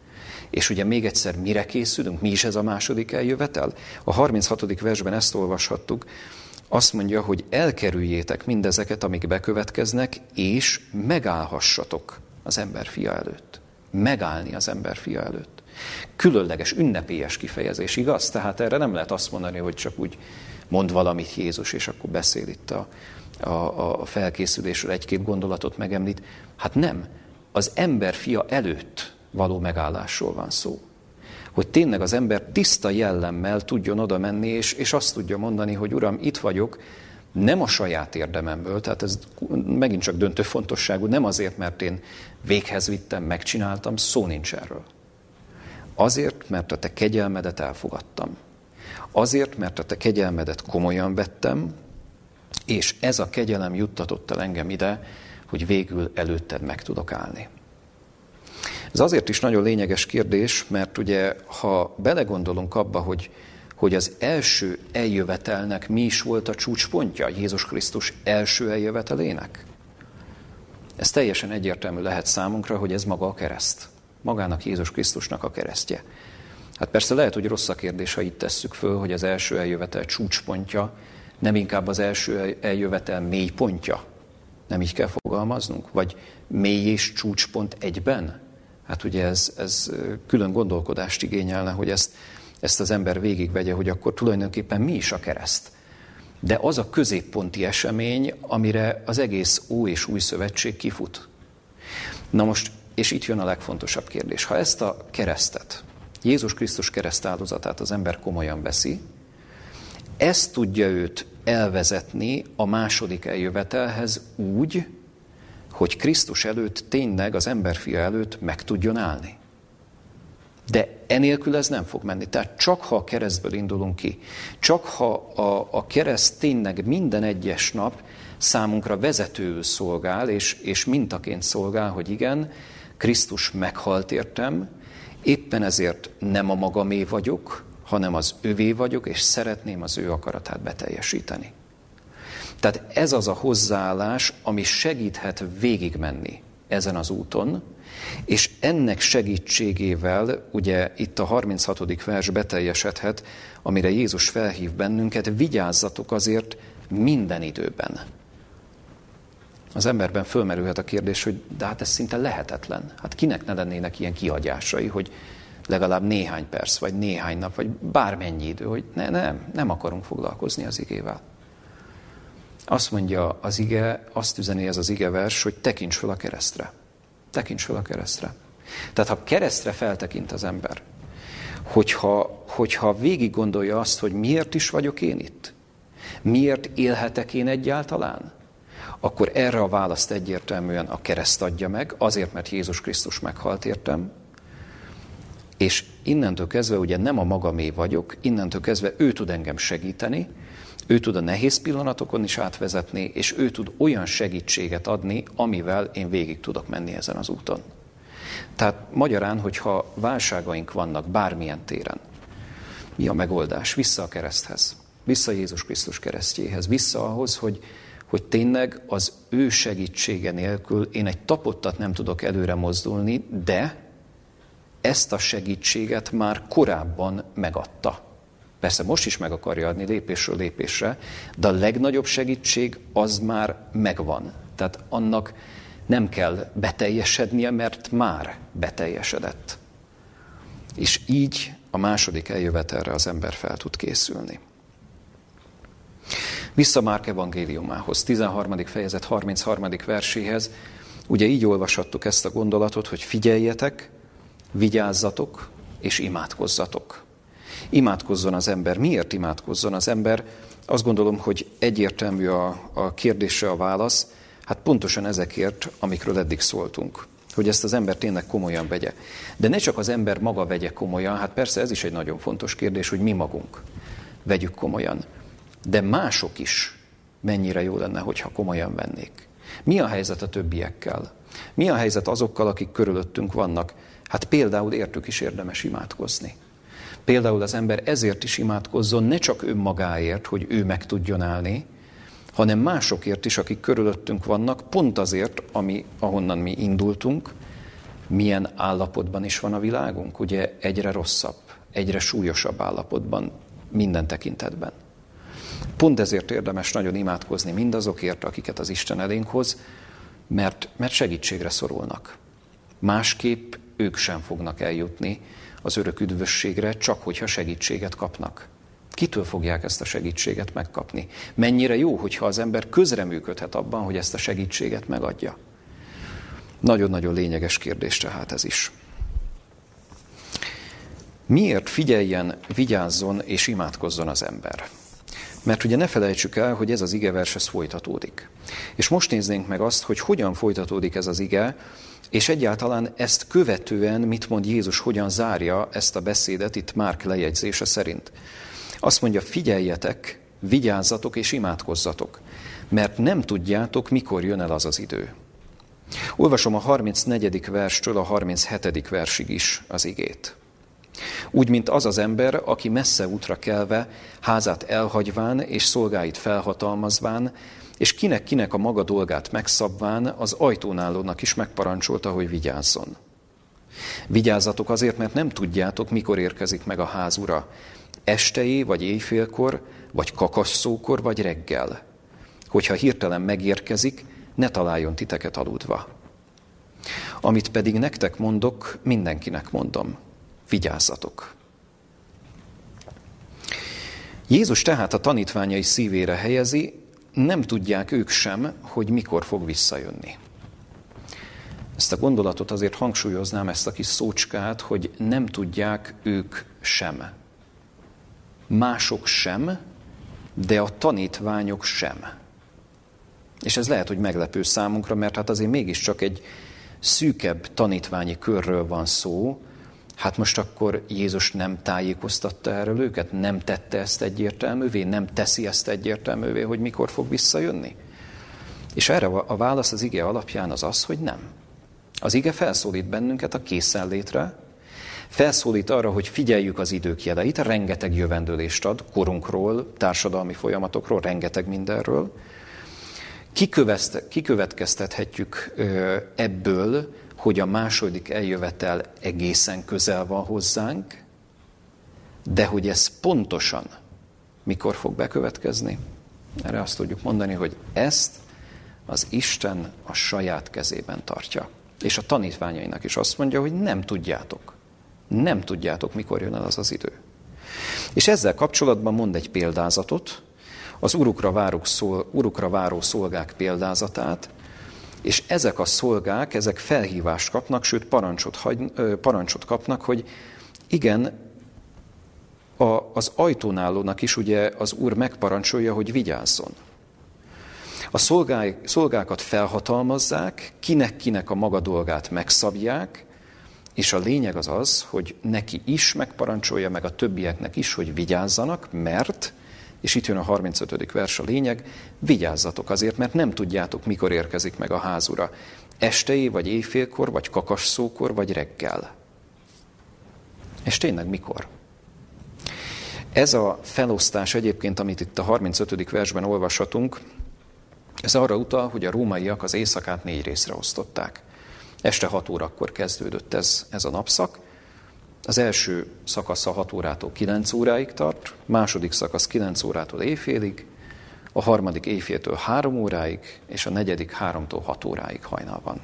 És ugye még egyszer mire készülünk? Mi is ez a második eljövetel? A 36. versben ezt olvashattuk, azt mondja, hogy elkerüljétek mindezeket, amik bekövetkeznek, és megállhassatok az ember fia előtt. Megállni az ember fia előtt. Különleges, ünnepélyes kifejezés, igaz? Tehát erre nem lehet azt mondani, hogy csak úgy mond valamit Jézus, és akkor beszél itt a felkészülésről, egy-két gondolatot megemlít. Hát nem. Az ember fia előtt való megállásról van szó. Hogy tényleg az ember tiszta jellemmel tudjon oda menni, és azt tudja mondani, hogy Uram, itt vagyok, nem a saját érdememből, tehát ez megint csak döntő fontosságú, nem azért, mert én véghez vittem, megcsináltam, szó nincs erről. Azért, mert a te kegyelmedet elfogadtam. Azért, mert a te kegyelmedet komolyan vettem, és ez a kegyelem juttatott el engem ide, hogy végül előtted meg tudok állni. Ez azért is nagyon lényeges kérdés, mert ugye, ha belegondolunk abba, hogy az első eljövetelnek mi is volt a csúcspontja, Jézus Krisztus első eljövetelének, ez teljesen egyértelmű lehet számunkra, hogy ez maga a kereszt. Magának Jézus Krisztusnak a keresztje. Hát persze lehet, hogy rossz a kérdés, ha itt tesszük föl, hogy az első eljövetel csúcspontja, nem inkább az első eljövetel mélypontja. Nem így kell fogalmaznunk? Vagy mély és csúcspont egyben? Hát ugye ez külön gondolkodást igényelne, hogy ezt az ember végigvegye, hogy akkor tulajdonképpen mi is a kereszt. De az a középponti esemény, amire az egész Ó és Új Szövetség kifut. Na most, és itt jön a legfontosabb kérdés. Ha ezt a keresztet, Jézus Krisztus keresztáldozatát az ember komolyan veszi, ezt tudja őt elvezetni a második eljövetelhez úgy, hogy Krisztus előtt tényleg az emberfia előtt meg tudjon állni. De enélkül ez nem fog menni. Tehát csak ha a keresztből indulunk ki, csak ha a kereszt tényleg minden egyes nap számunkra vezetőül szolgál, és mintaként szolgál, hogy igen, Krisztus meghalt értem, éppen ezért nem a magamé vagyok, hanem az övé vagyok, és szeretném az ő akaratát beteljesíteni. Tehát ez az a hozzáállás, ami segíthet végigmenni ezen az úton, és ennek segítségével, ugye itt a 36. vers beteljesedhet, amire Jézus felhív bennünket, vigyázzatok azért minden időben. Az emberben fölmerülhet a kérdés, hogy de hát ez szinte lehetetlen. Hát kinek ne lennének ilyen kihagyásai, hogy legalább néhány perc, vagy néhány nap, vagy bármennyi idő, hogy nem akarunk foglalkozni az igével. Azt mondja az ige, azt üzeni ez az igevers, hogy tekints fel a keresztre. Tekints fel a keresztre. Tehát ha keresztre feltekint az ember, hogyha végig gondolja azt, hogy miért is vagyok én itt, miért élhetek én egyáltalán, akkor erre a választ egyértelműen a kereszt adja meg, azért, mert Jézus Krisztus meghalt értem, és innentől kezdve ugye nem a magamé vagyok, innentől kezdve ő tud engem segíteni, ő tud a nehéz pillanatokon is átvezetni, és ő tud olyan segítséget adni, amivel én végig tudok menni ezen az úton. Tehát magyarán, hogyha válságaink vannak bármilyen téren, Mi a megoldás? Vissza a kereszthez. Vissza Jézus Krisztus keresztjéhez. Vissza ahhoz, hogy tényleg az ő segítsége nélkül én egy tapottat nem tudok előre mozdulni, de ezt a segítséget már korábban megadta. Persze most is meg akarja adni lépésről lépésre, de a legnagyobb segítség az már megvan. Tehát annak nem kell beteljesednie, mert már beteljesedett. És így a második eljövetelre az ember fel tud készülni. Vissza Márk evangéliumához, 13. fejezet 33. verséhez. Ugye így olvashattuk ezt a gondolatot, hogy figyeljetek, vigyázzatok és imádkozzatok. Imádkozzon az ember. Miért imádkozzon az ember? Azt gondolom, hogy egyértelmű a kérdésre a válasz, hát pontosan ezekért, amikről eddig szóltunk. Hogy ezt az ember tényleg komolyan vegye. De ne csak az ember maga vegye komolyan, hát persze ez is egy nagyon fontos kérdés, hogy mi magunk vegyük komolyan. De mások is mennyire jó lenne, hogyha komolyan vennék. Mi a helyzet a többiekkel? Mi a helyzet azokkal, akik körülöttünk vannak? Hát például értük is érdemes imádkozni. Például az ember ezért is imádkozzon, ne csak önmagáért, hogy ő meg tudjon állni, hanem másokért is, akik körülöttünk vannak, pont azért, ahonnan mi indultunk, milyen állapotban is van a világunk. Ugye egyre rosszabb, egyre súlyosabb állapotban minden tekintetben. Pont ezért érdemes nagyon imádkozni mindazokért, akiket az Isten elénk hoz, mert segítségre szorulnak. Másképp ők sem fognak eljutni az örök üdvösségre, csak hogyha segítséget kapnak. Kitől fogják ezt a segítséget megkapni? Mennyire jó, hogyha az ember közreműködhet abban, hogy ezt a segítséget megadja? Nagyon-nagyon lényeges kérdés tehát ez is. Miért figyeljen, vigyázzon és imádkozzon az ember? Mert ugye ne felejtsük el, hogy ez az igevers, ez folytatódik. És most néznénk meg azt, hogy hogyan folytatódik ez az ige, és egyáltalán ezt követően mit mond Jézus, hogyan zárja ezt a beszédet itt Márk lejegyzése szerint. Azt mondja, figyeljetek, vigyázzatok és imádkozzatok, mert nem tudjátok, mikor jön el az az idő. Olvasom a 34. verstől a 37. versig is az igét. Úgy, mint az az ember, aki messze útra kelve, házát elhagyván és szolgáit felhatalmazván, és kinek-kinek a maga dolgát megszabván, az ajtónálónak is megparancsolta, hogy vigyázzon. Vigyázzatok azért, mert nem tudjátok, mikor érkezik meg a ház ura. Estejé, vagy éjfélkor, vagy kakasszókor, vagy reggel. Hogyha hirtelen megérkezik, ne találjon titeket aludva. Amit pedig nektek mondok, mindenkinek mondom. Vigyázzatok! Jézus tehát a tanítványai szívére helyezi, nem tudják ők sem, hogy mikor fog visszajönni. Ezt a gondolatot azért hangsúlyoznám, ezt a kis szócskát, hogy nem tudják ők sem. Mások sem, de a tanítványok sem. És ez lehet, hogy meglepő számunkra, mert hát azért mégiscsak egy szűkebb tanítványi körről van szó. Hát most akkor Jézus nem tájékoztatta erről őket, nem tette ezt egyértelművé, nem teszi ezt egyértelművé, hogy mikor fog visszajönni? És erre a válasz az ige alapján az, hogy nem. Az ige felszólít bennünket a készenlétre, felszólít arra, hogy figyeljük az idők jeleit, rengeteg jövendőlést ad korunkról, társadalmi folyamatokról, rengeteg mindenről. Kikövetkeztethetjük ebből, hogy a második eljövetel egészen közel van hozzánk, de hogy ez pontosan mikor fog bekövetkezni, erre azt tudjuk mondani, hogy ezt az Isten a saját kezében tartja. És a tanítványainak is azt mondja, hogy nem tudjátok, mikor jön el az az idő. És ezzel kapcsolatban mond egy példázatot, az urukra váró szolgák példázatát, és ezek a szolgák, ezek felhívást kapnak, sőt parancsot kapnak, hogy igen, az ajtónálónak is ugye az Úr megparancsolja, hogy vigyázzon. A szolgákat felhatalmazzák, kinek-kinek a maga dolgát megszabják, és a lényeg az, hogy neki is megparancsolja, meg a többieknek is, hogy vigyázzanak, mert, és itt jön a 35. vers a lényeg, vigyázzatok azért, mert nem tudjátok, mikor érkezik meg a házura. Estejé, vagy éjfélkor, vagy kakasszókor, vagy reggel. És tényleg mikor? Ez a felosztás egyébként, amit itt a 35. versben olvashatunk, ez arra utal, hogy a rómaiak az éjszakát 4 részre osztották. Este 6 órakor kezdődött ez a napszak. Az első szakasza 6 órától 9 óráig tart, második szakasz 9 órától éjfélig, a harmadik éjféltől 3 óráig, és a negyedik 3-tól 6 óráig hajnalban.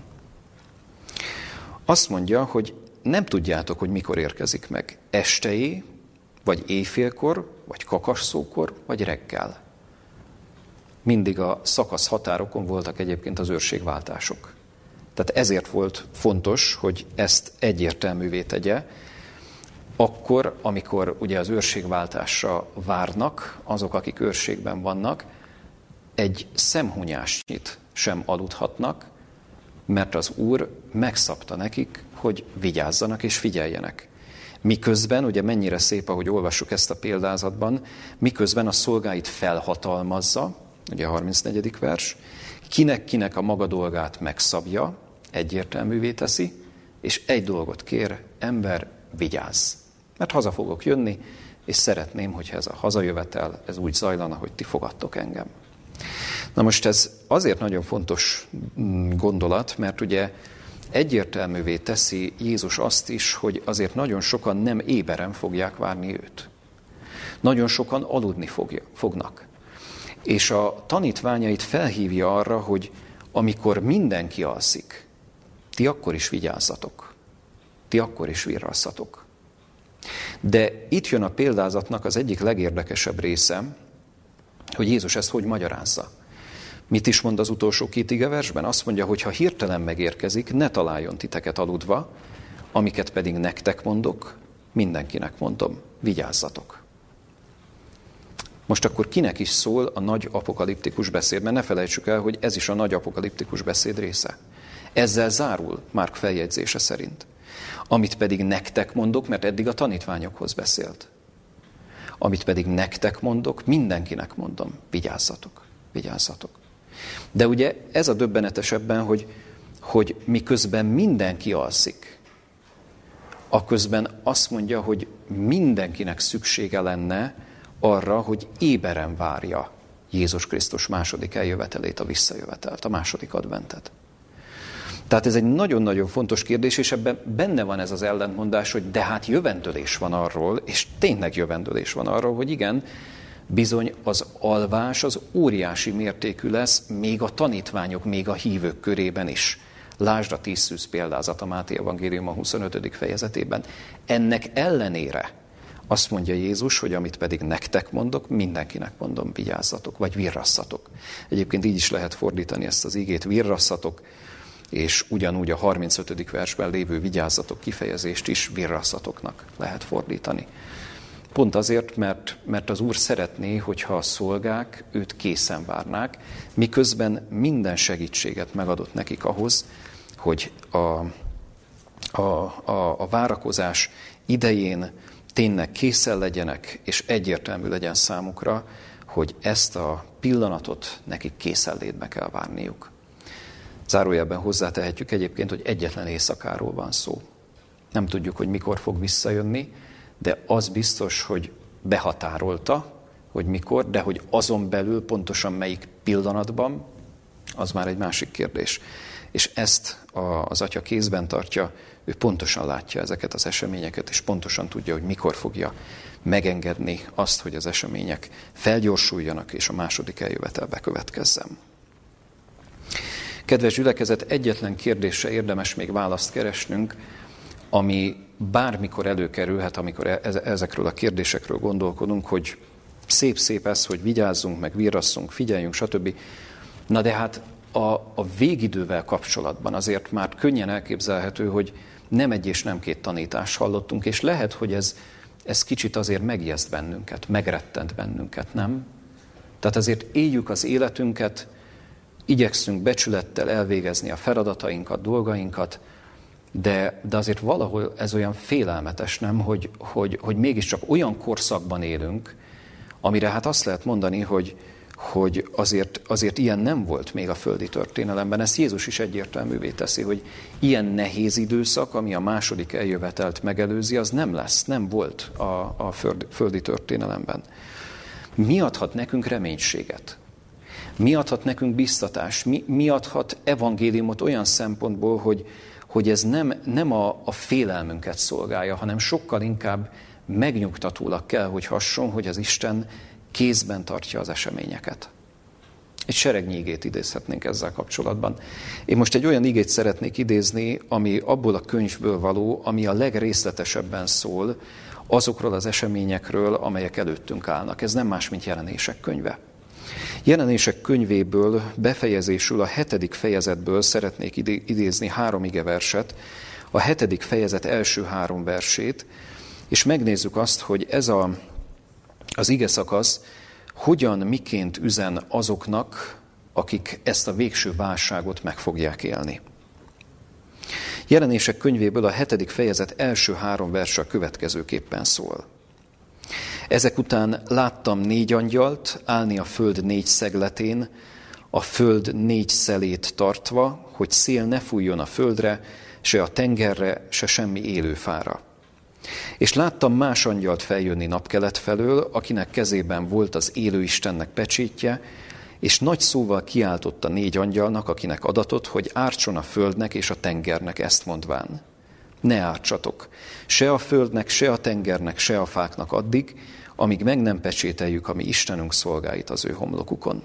Azt mondja, hogy nem tudjátok, hogy mikor érkezik meg. Estei, vagy éjfélkor, vagy kakasszókor, vagy reggel. Mindig a szakasz határokon voltak egyébként az őrségváltások. Tehát ezért volt fontos, hogy ezt egyértelművé tegye, akkor, amikor ugye az őrségváltásra várnak, azok, akik őrségben vannak, egy szemhunyásnyit sem aludhatnak, mert az Úr megszabta nekik, hogy vigyázzanak és figyeljenek. Miközben, ugye mennyire szép, ahogy olvassuk ezt a példázatban, miközben a szolgáit felhatalmazza, ugye a 34. vers, kinek-kinek a maga dolgát megszabja, egyértelművé teszi, és egy dolgot kér, ember, vigyázz. Mert haza fogok jönni, és szeretném, hogyha ez a hazajövetel, ez úgy zajlana, hogy ti fogadtok engem. Na most ez azért nagyon fontos gondolat, mert ugye egyértelművé teszi Jézus azt is, hogy azért nagyon sokan nem éberen fogják várni őt. Nagyon sokan aludni fognak. És a tanítványait felhívja arra, hogy amikor mindenki alszik, ti akkor is vigyázzatok. Ti akkor is virrasszatok. De itt jön a példázatnak az egyik legérdekesebb része, hogy Jézus ezt hogy magyarázza. Mit is mond az utolsó 2 igeversben? Azt mondja, hogy ha hirtelen megérkezik, ne találjon titeket aludva, amiket pedig nektek mondok, mindenkinek mondom, vigyázzatok. Most akkor kinek is szól a nagy apokaliptikus beszéd? Mert ne felejtsük el, hogy ez is a nagy apokaliptikus beszéd része. Ezzel zárul Márk feljegyzése szerint. Amit pedig nektek mondok, mert eddig a tanítványokhoz beszélt. Amit pedig nektek mondok, mindenkinek mondom, vigyázzatok, vigyázzatok. De ugye ez a döbbenetesebben, hogy miközben mindenki alszik, aközben azt mondja, hogy mindenkinek szüksége lenne arra, hogy éberen várja Jézus Krisztus második eljövetelét, a visszajövetelt, a második adventet. Tehát ez egy nagyon-nagyon fontos kérdés, és ebben benne van ez az ellentmondás, hogy de hát jövendőlés van arról, és tényleg jövendőlés van arról, hogy igen, bizony az alvás az óriási mértékű lesz, még a tanítványok, még a hívők körében is. Lásd a 10 szűz példázat a Máté evangélium a 25. fejezetében. Ennek ellenére azt mondja Jézus, hogy amit pedig nektek mondok, mindenkinek mondom, vigyázzatok, vagy virrasszatok. Egyébként így is lehet fordítani ezt az igét, virrasszatok, és ugyanúgy a 35. versben lévő vigyázzatok kifejezést is virrasszatoknak lehet fordítani. Pont azért, mert az Úr szeretné, hogyha a szolgák őt készen várnák, miközben minden segítséget megadott nekik ahhoz, hogy a várakozás idején tényleg készen legyenek, és egyértelmű legyen számukra, hogy ezt a pillanatot nekik készenlétbe kell várniuk. Zárójelben hozzátehetjük egyébként, hogy egyetlen éjszakáról van szó. Nem tudjuk, hogy mikor fog visszajönni, de az biztos, hogy behatárolta, hogy mikor, de hogy azon belül pontosan melyik pillanatban, az már egy másik kérdés. És ezt az Atya kézben tartja, ő pontosan látja ezeket az eseményeket, és pontosan tudja, hogy mikor fogja megengedni azt, hogy az események felgyorsuljanak, és a második eljövetel bekövetkezzen. Kedves gyülekezet, egyetlen kérdésre érdemes még választ keresnünk, ami bármikor előkerülhet, amikor ezekről a kérdésekről gondolkodunk, hogy szép ez, hogy vigyázzunk, meg virrasszunk, figyeljünk, stb. Na de hát a végidővel kapcsolatban azért már könnyen elképzelhető, hogy nem egy és nem 2 tanítást hallottunk, és lehet, hogy ez kicsit azért megijeszt bennünket, megrettent bennünket, nem? Tehát azért éljük az életünket, igyekszünk becsülettel elvégezni a feladatainkat, dolgainkat, de azért valahol ez olyan félelmetes, nem, hogy mégiscsak olyan korszakban élünk, amire hát azt lehet mondani, hogy azért ilyen nem volt még a földi történelemben. Ezt Jézus is egyértelművé teszi, hogy ilyen nehéz időszak, ami a második eljövetelt megelőzi, az nem lesz, nem volt a földi történelemben. Mi adhat nekünk reménységet? Mi adhat nekünk biztatást? Mi adhat evangéliumot olyan szempontból, hogy ez nem a félelmünket szolgálja, hanem sokkal inkább megnyugtatólag kell, hogy hasson, hogy az Isten kézben tartja az eseményeket. Egy seregnyi igét idézhetnénk ezzel kapcsolatban. Én most egy olyan igét szeretnék idézni, ami abból a könyvből való, ami a legrészletesebben szól azokról az eseményekről, amelyek előttünk állnak. Ez nem más, mint Jelenések könyve. Jelenések könyvéből befejezésül a 7. fejezetből szeretnék idézni 3 igeverset, a 7. fejezet első 3 versét, és megnézzük azt, hogy ez az ige szakasz hogyan, miként üzen azoknak, akik ezt a végső válságot meg fogják élni. Jelenések könyvéből a 7. fejezet első 3 verse a következőképpen szól. Ezek után láttam 4 angyalt állni a föld 4 szegletén, a föld 4 szelét tartva, hogy szél ne fújjon a földre, se a tengerre, se semmi élőfára. És láttam más angyalt feljönni napkelet felől, akinek kezében volt az élő Istennek pecsétje, és nagy szóval kiáltott a 4 angyalnak, akinek adatot, hogy ártson a földnek és a tengernek, ezt mondván. Ne ártsatok, se a földnek, se a tengernek, se a fáknak addig, amíg meg nem pecsételjük a mi Istenünk szolgáit az ő homlokukon.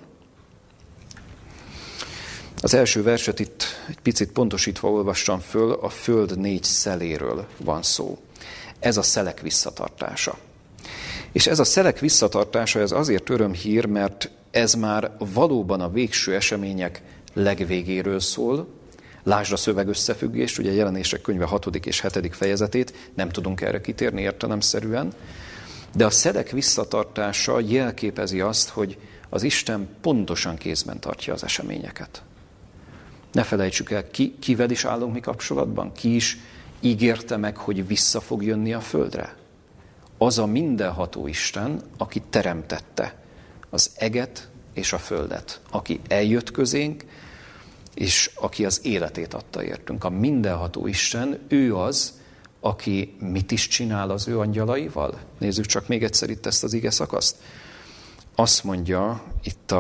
Az első verset itt egy picit pontosítva olvassam föl, a föld 4 szeléről van szó. Ez a szelek visszatartása. És ez a szelek visszatartása, ez azért örömhír, mert ez már valóban a végső események legvégéről szól. Lásd a szövegösszefüggést, ugye a Jelenések könyve 6. és 7. fejezetét, nem tudunk erre kitérni értelemszerűen, de a szelek visszatartása jelképezi azt, hogy az Isten pontosan kézben tartja az eseményeket. Ne felejtsük el, kivel is állunk mi kapcsolatban? Ki is ígérte meg, hogy vissza fog jönni a földre? Az a mindenható Isten, aki teremtette az eget és a földet, aki eljött közénk, és aki az életét adta értünk. A mindenható Isten, ő az, aki mit is csinál az ő angyalaival? Nézzük csak még egyszer itt ezt az ige szakaszt. Azt mondja itt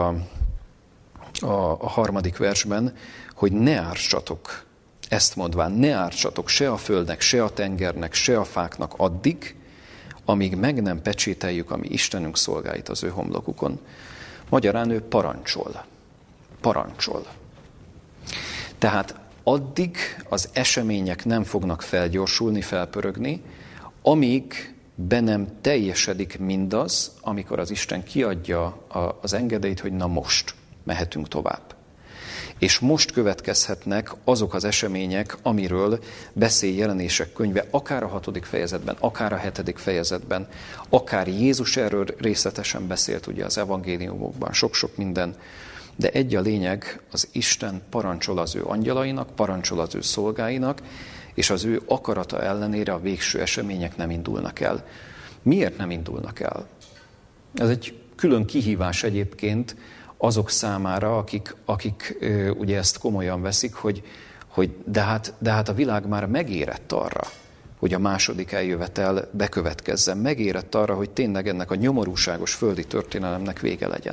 a 3. versben, hogy ne ártsatok, ezt mondván, ne ártsatok se a földnek, se a tengernek, se a fáknak addig, amíg meg nem pecsételjük a mi Istenünk szolgáit az ő homlokukon. Magyarán ő parancsol. Parancsol. Tehát addig az események nem fognak felgyorsulni, felpörögni, amíg be nem teljesedik mindaz, amikor az Isten kiadja az engedélyt, hogy na most mehetünk tovább. És most következhetnek azok az események, amiről beszél Jelenések könyve, akár a 6. fejezetben, akár a 7. fejezetben, akár Jézus erről részletesen beszélt ugye az evangéliumokban, sok-sok minden. De egy a lényeg, az Isten parancsol az ő angyalainak, parancsol az ő szolgáinak, és az ő akarata ellenére a végső események nem indulnak el. Miért nem indulnak el? Ez egy külön kihívás egyébként azok számára, akik ugye ezt komolyan veszik, hogy de hát a világ már megérett arra, hogy a második eljövetel bekövetkezzen. Megérett arra, hogy tényleg ennek a nyomorúságos földi történelemnek vége legyen.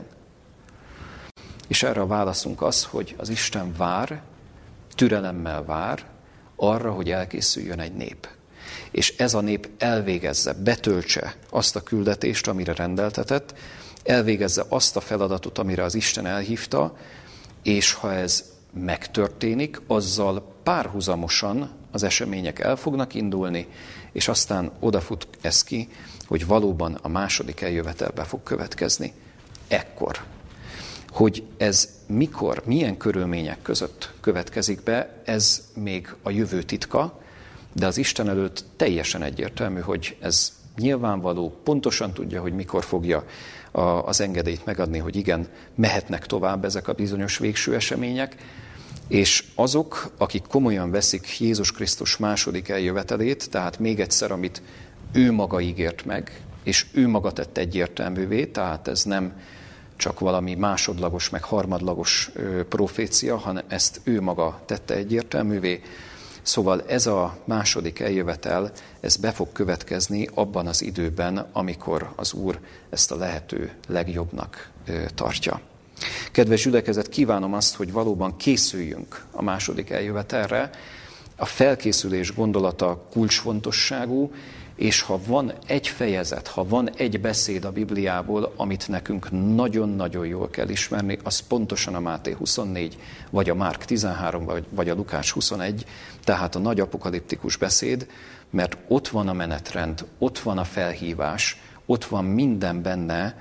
És erre a válaszunk az, hogy az Isten vár, türelemmel vár arra, hogy elkészüljön egy nép. És ez a nép elvégezze, betöltse azt a küldetést, amire rendeltetett, elvégezze azt a feladatot, amire az Isten elhívta, és ha ez megtörténik, azzal párhuzamosan az események el fognak indulni, és aztán odafut ez ki, hogy valóban a második eljövetel be fog következni. Ekkor. Hogy ez mikor, milyen körülmények között következik be, ez még a jövő titka, de az Isten előtt teljesen egyértelmű, hogy ez nyilvánvaló, pontosan tudja, hogy mikor fogja az engedélyt megadni, hogy igen, mehetnek tovább ezek a bizonyos végső események, és azok, akik komolyan veszik Jézus Krisztus második eljövetelét, tehát még egyszer, amit ő maga ígért meg, és ő maga tett egyértelművé, tehát ez nem csak valami másodlagos, meg harmadlagos profécia, hanem ezt ő maga tette egyértelművé. Szóval ez a második eljövetel, ez be fog következni abban az időben, amikor az Úr ezt a lehető legjobbnak tartja. Kedves gyülekezet, kívánom azt, hogy valóban készüljünk a második eljövetelre. A felkészülés gondolata kulcsfontosságú, és ha van egy fejezet, ha van egy beszéd a Bibliából, amit nekünk nagyon-nagyon jól kell ismerni, az pontosan a Máté 24, vagy a Márk 13, vagy a Lukács 21, tehát a nagy apokaliptikus beszéd, mert ott van a menetrend, ott van a felhívás, ott van minden benne,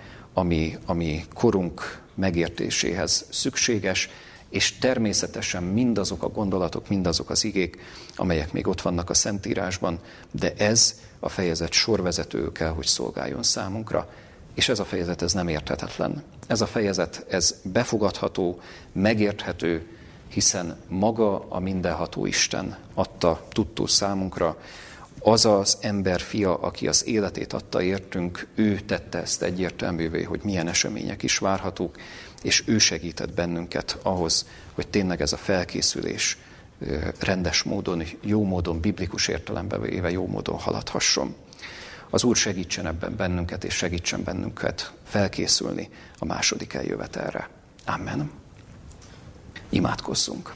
ami korunk megértéséhez szükséges, és természetesen mindazok a gondolatok, mindazok az igék, amelyek még ott vannak a Szentírásban, de ez a fejezet sorvezető kell, hogy szolgáljon számunkra, és ez a fejezet ez nem érthetetlen. Ez a fejezet ez befogadható, megérthető, hiszen maga a mindenható Isten adta tudtó számunkra, az az ember fia, aki az életét adta értünk, ő tette ezt egyértelművé, hogy milyen események is várhatók, és ő segített bennünket ahhoz, hogy tényleg ez a felkészülés rendes módon, jó módon, biblikus értelemben véve jó módon haladhasson. Az Úr segítsen ebben bennünket, és segítsen bennünket felkészülni a második eljövetelre. Amen. Imádkozzunk.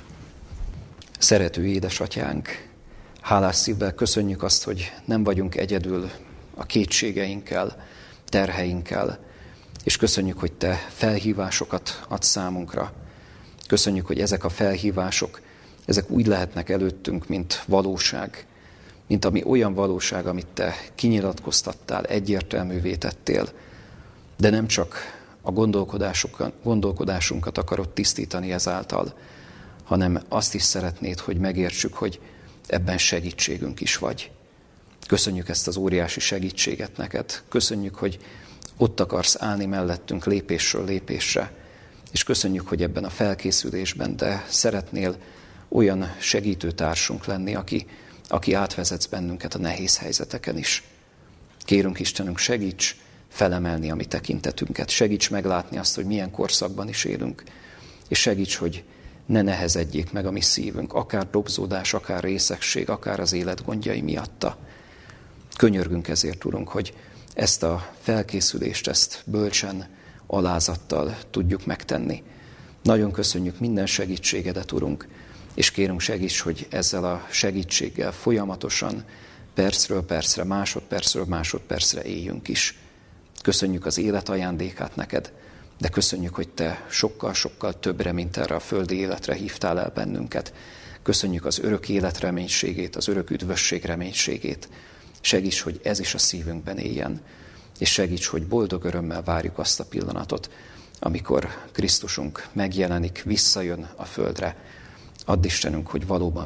Szerető édesatyánk, hálás szívvel köszönjük azt, hogy nem vagyunk egyedül a kétségeinkkel, terheinkkel, és köszönjük, hogy Te felhívásokat adsz számunkra. Köszönjük, hogy ezek a felhívások, ezek úgy lehetnek előttünk, mint valóság, mint ami olyan valóság, amit Te kinyilatkoztattál, egyértelművé tettél, de nem csak a gondolkodásunkat akarod tisztítani ezáltal, hanem azt is szeretnéd, hogy megértsük, hogy ebben segítségünk is vagy. Köszönjük ezt az óriási segítséget neked. Köszönjük, hogy ott akarsz állni mellettünk lépésről lépésre, és köszönjük, hogy ebben a felkészülésben te szeretnél olyan segítőtársunk lenni, aki átvezetsz bennünket a nehéz helyzeteken is. Kérünk Istenünk, segíts felemelni a mi tekintetünket, segíts meglátni azt, hogy milyen korszakban is élünk, és segíts, hogy ne nehezedjék meg a mi szívünk, akár dobzódás, akár részegség, akár az élet gondjai miatta. Könyörgünk ezért, Urunk, hogy ezt a felkészülést, ezt bölcsen, alázattal tudjuk megtenni. Nagyon köszönjük minden segítségedet, Urunk, és kérünk, segíts, hogy ezzel a segítséggel folyamatosan, percről percre, másodpercről másodpercre éljünk is. Köszönjük az élet ajándékát neked, de köszönjük, hogy te sokkal-sokkal többre, mint erre a földi életre hívtál el bennünket. Köszönjük az örök élet reménységét, az örök üdvösség reménységét. Segíts, hogy ez is a szívünkben éljen, és segíts, hogy boldog örömmel várjuk azt a pillanatot, amikor Krisztusunk megjelenik, visszajön a földre. Add Istenünk, hogy valóban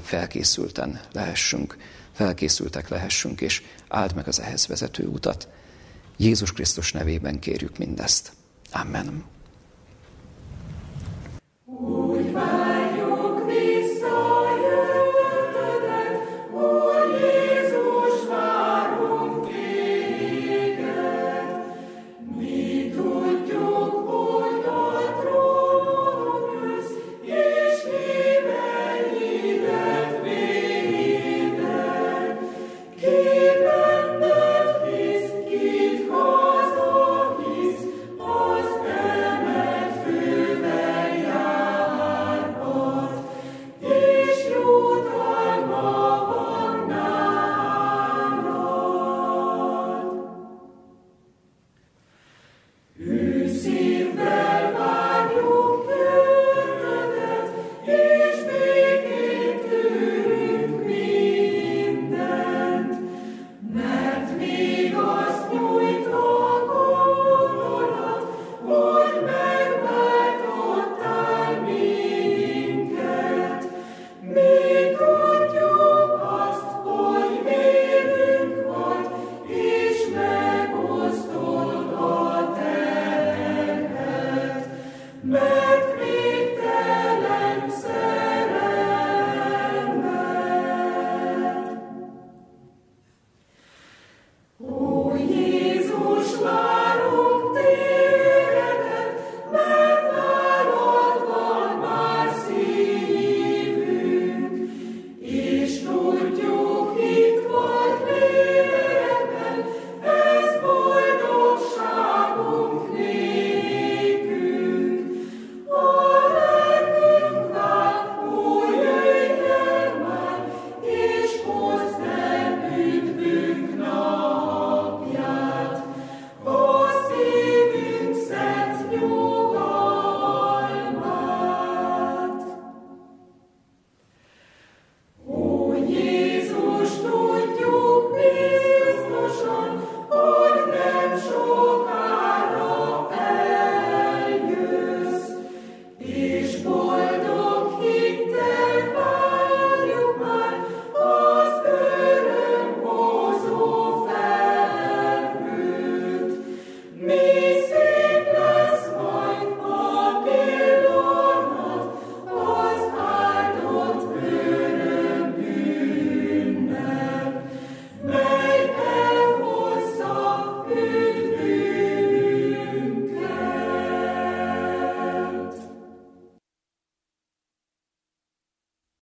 felkészültek lehessünk, és áld meg az ehhez vezető utat. Jézus Krisztus nevében kérjük mindezt. Amen.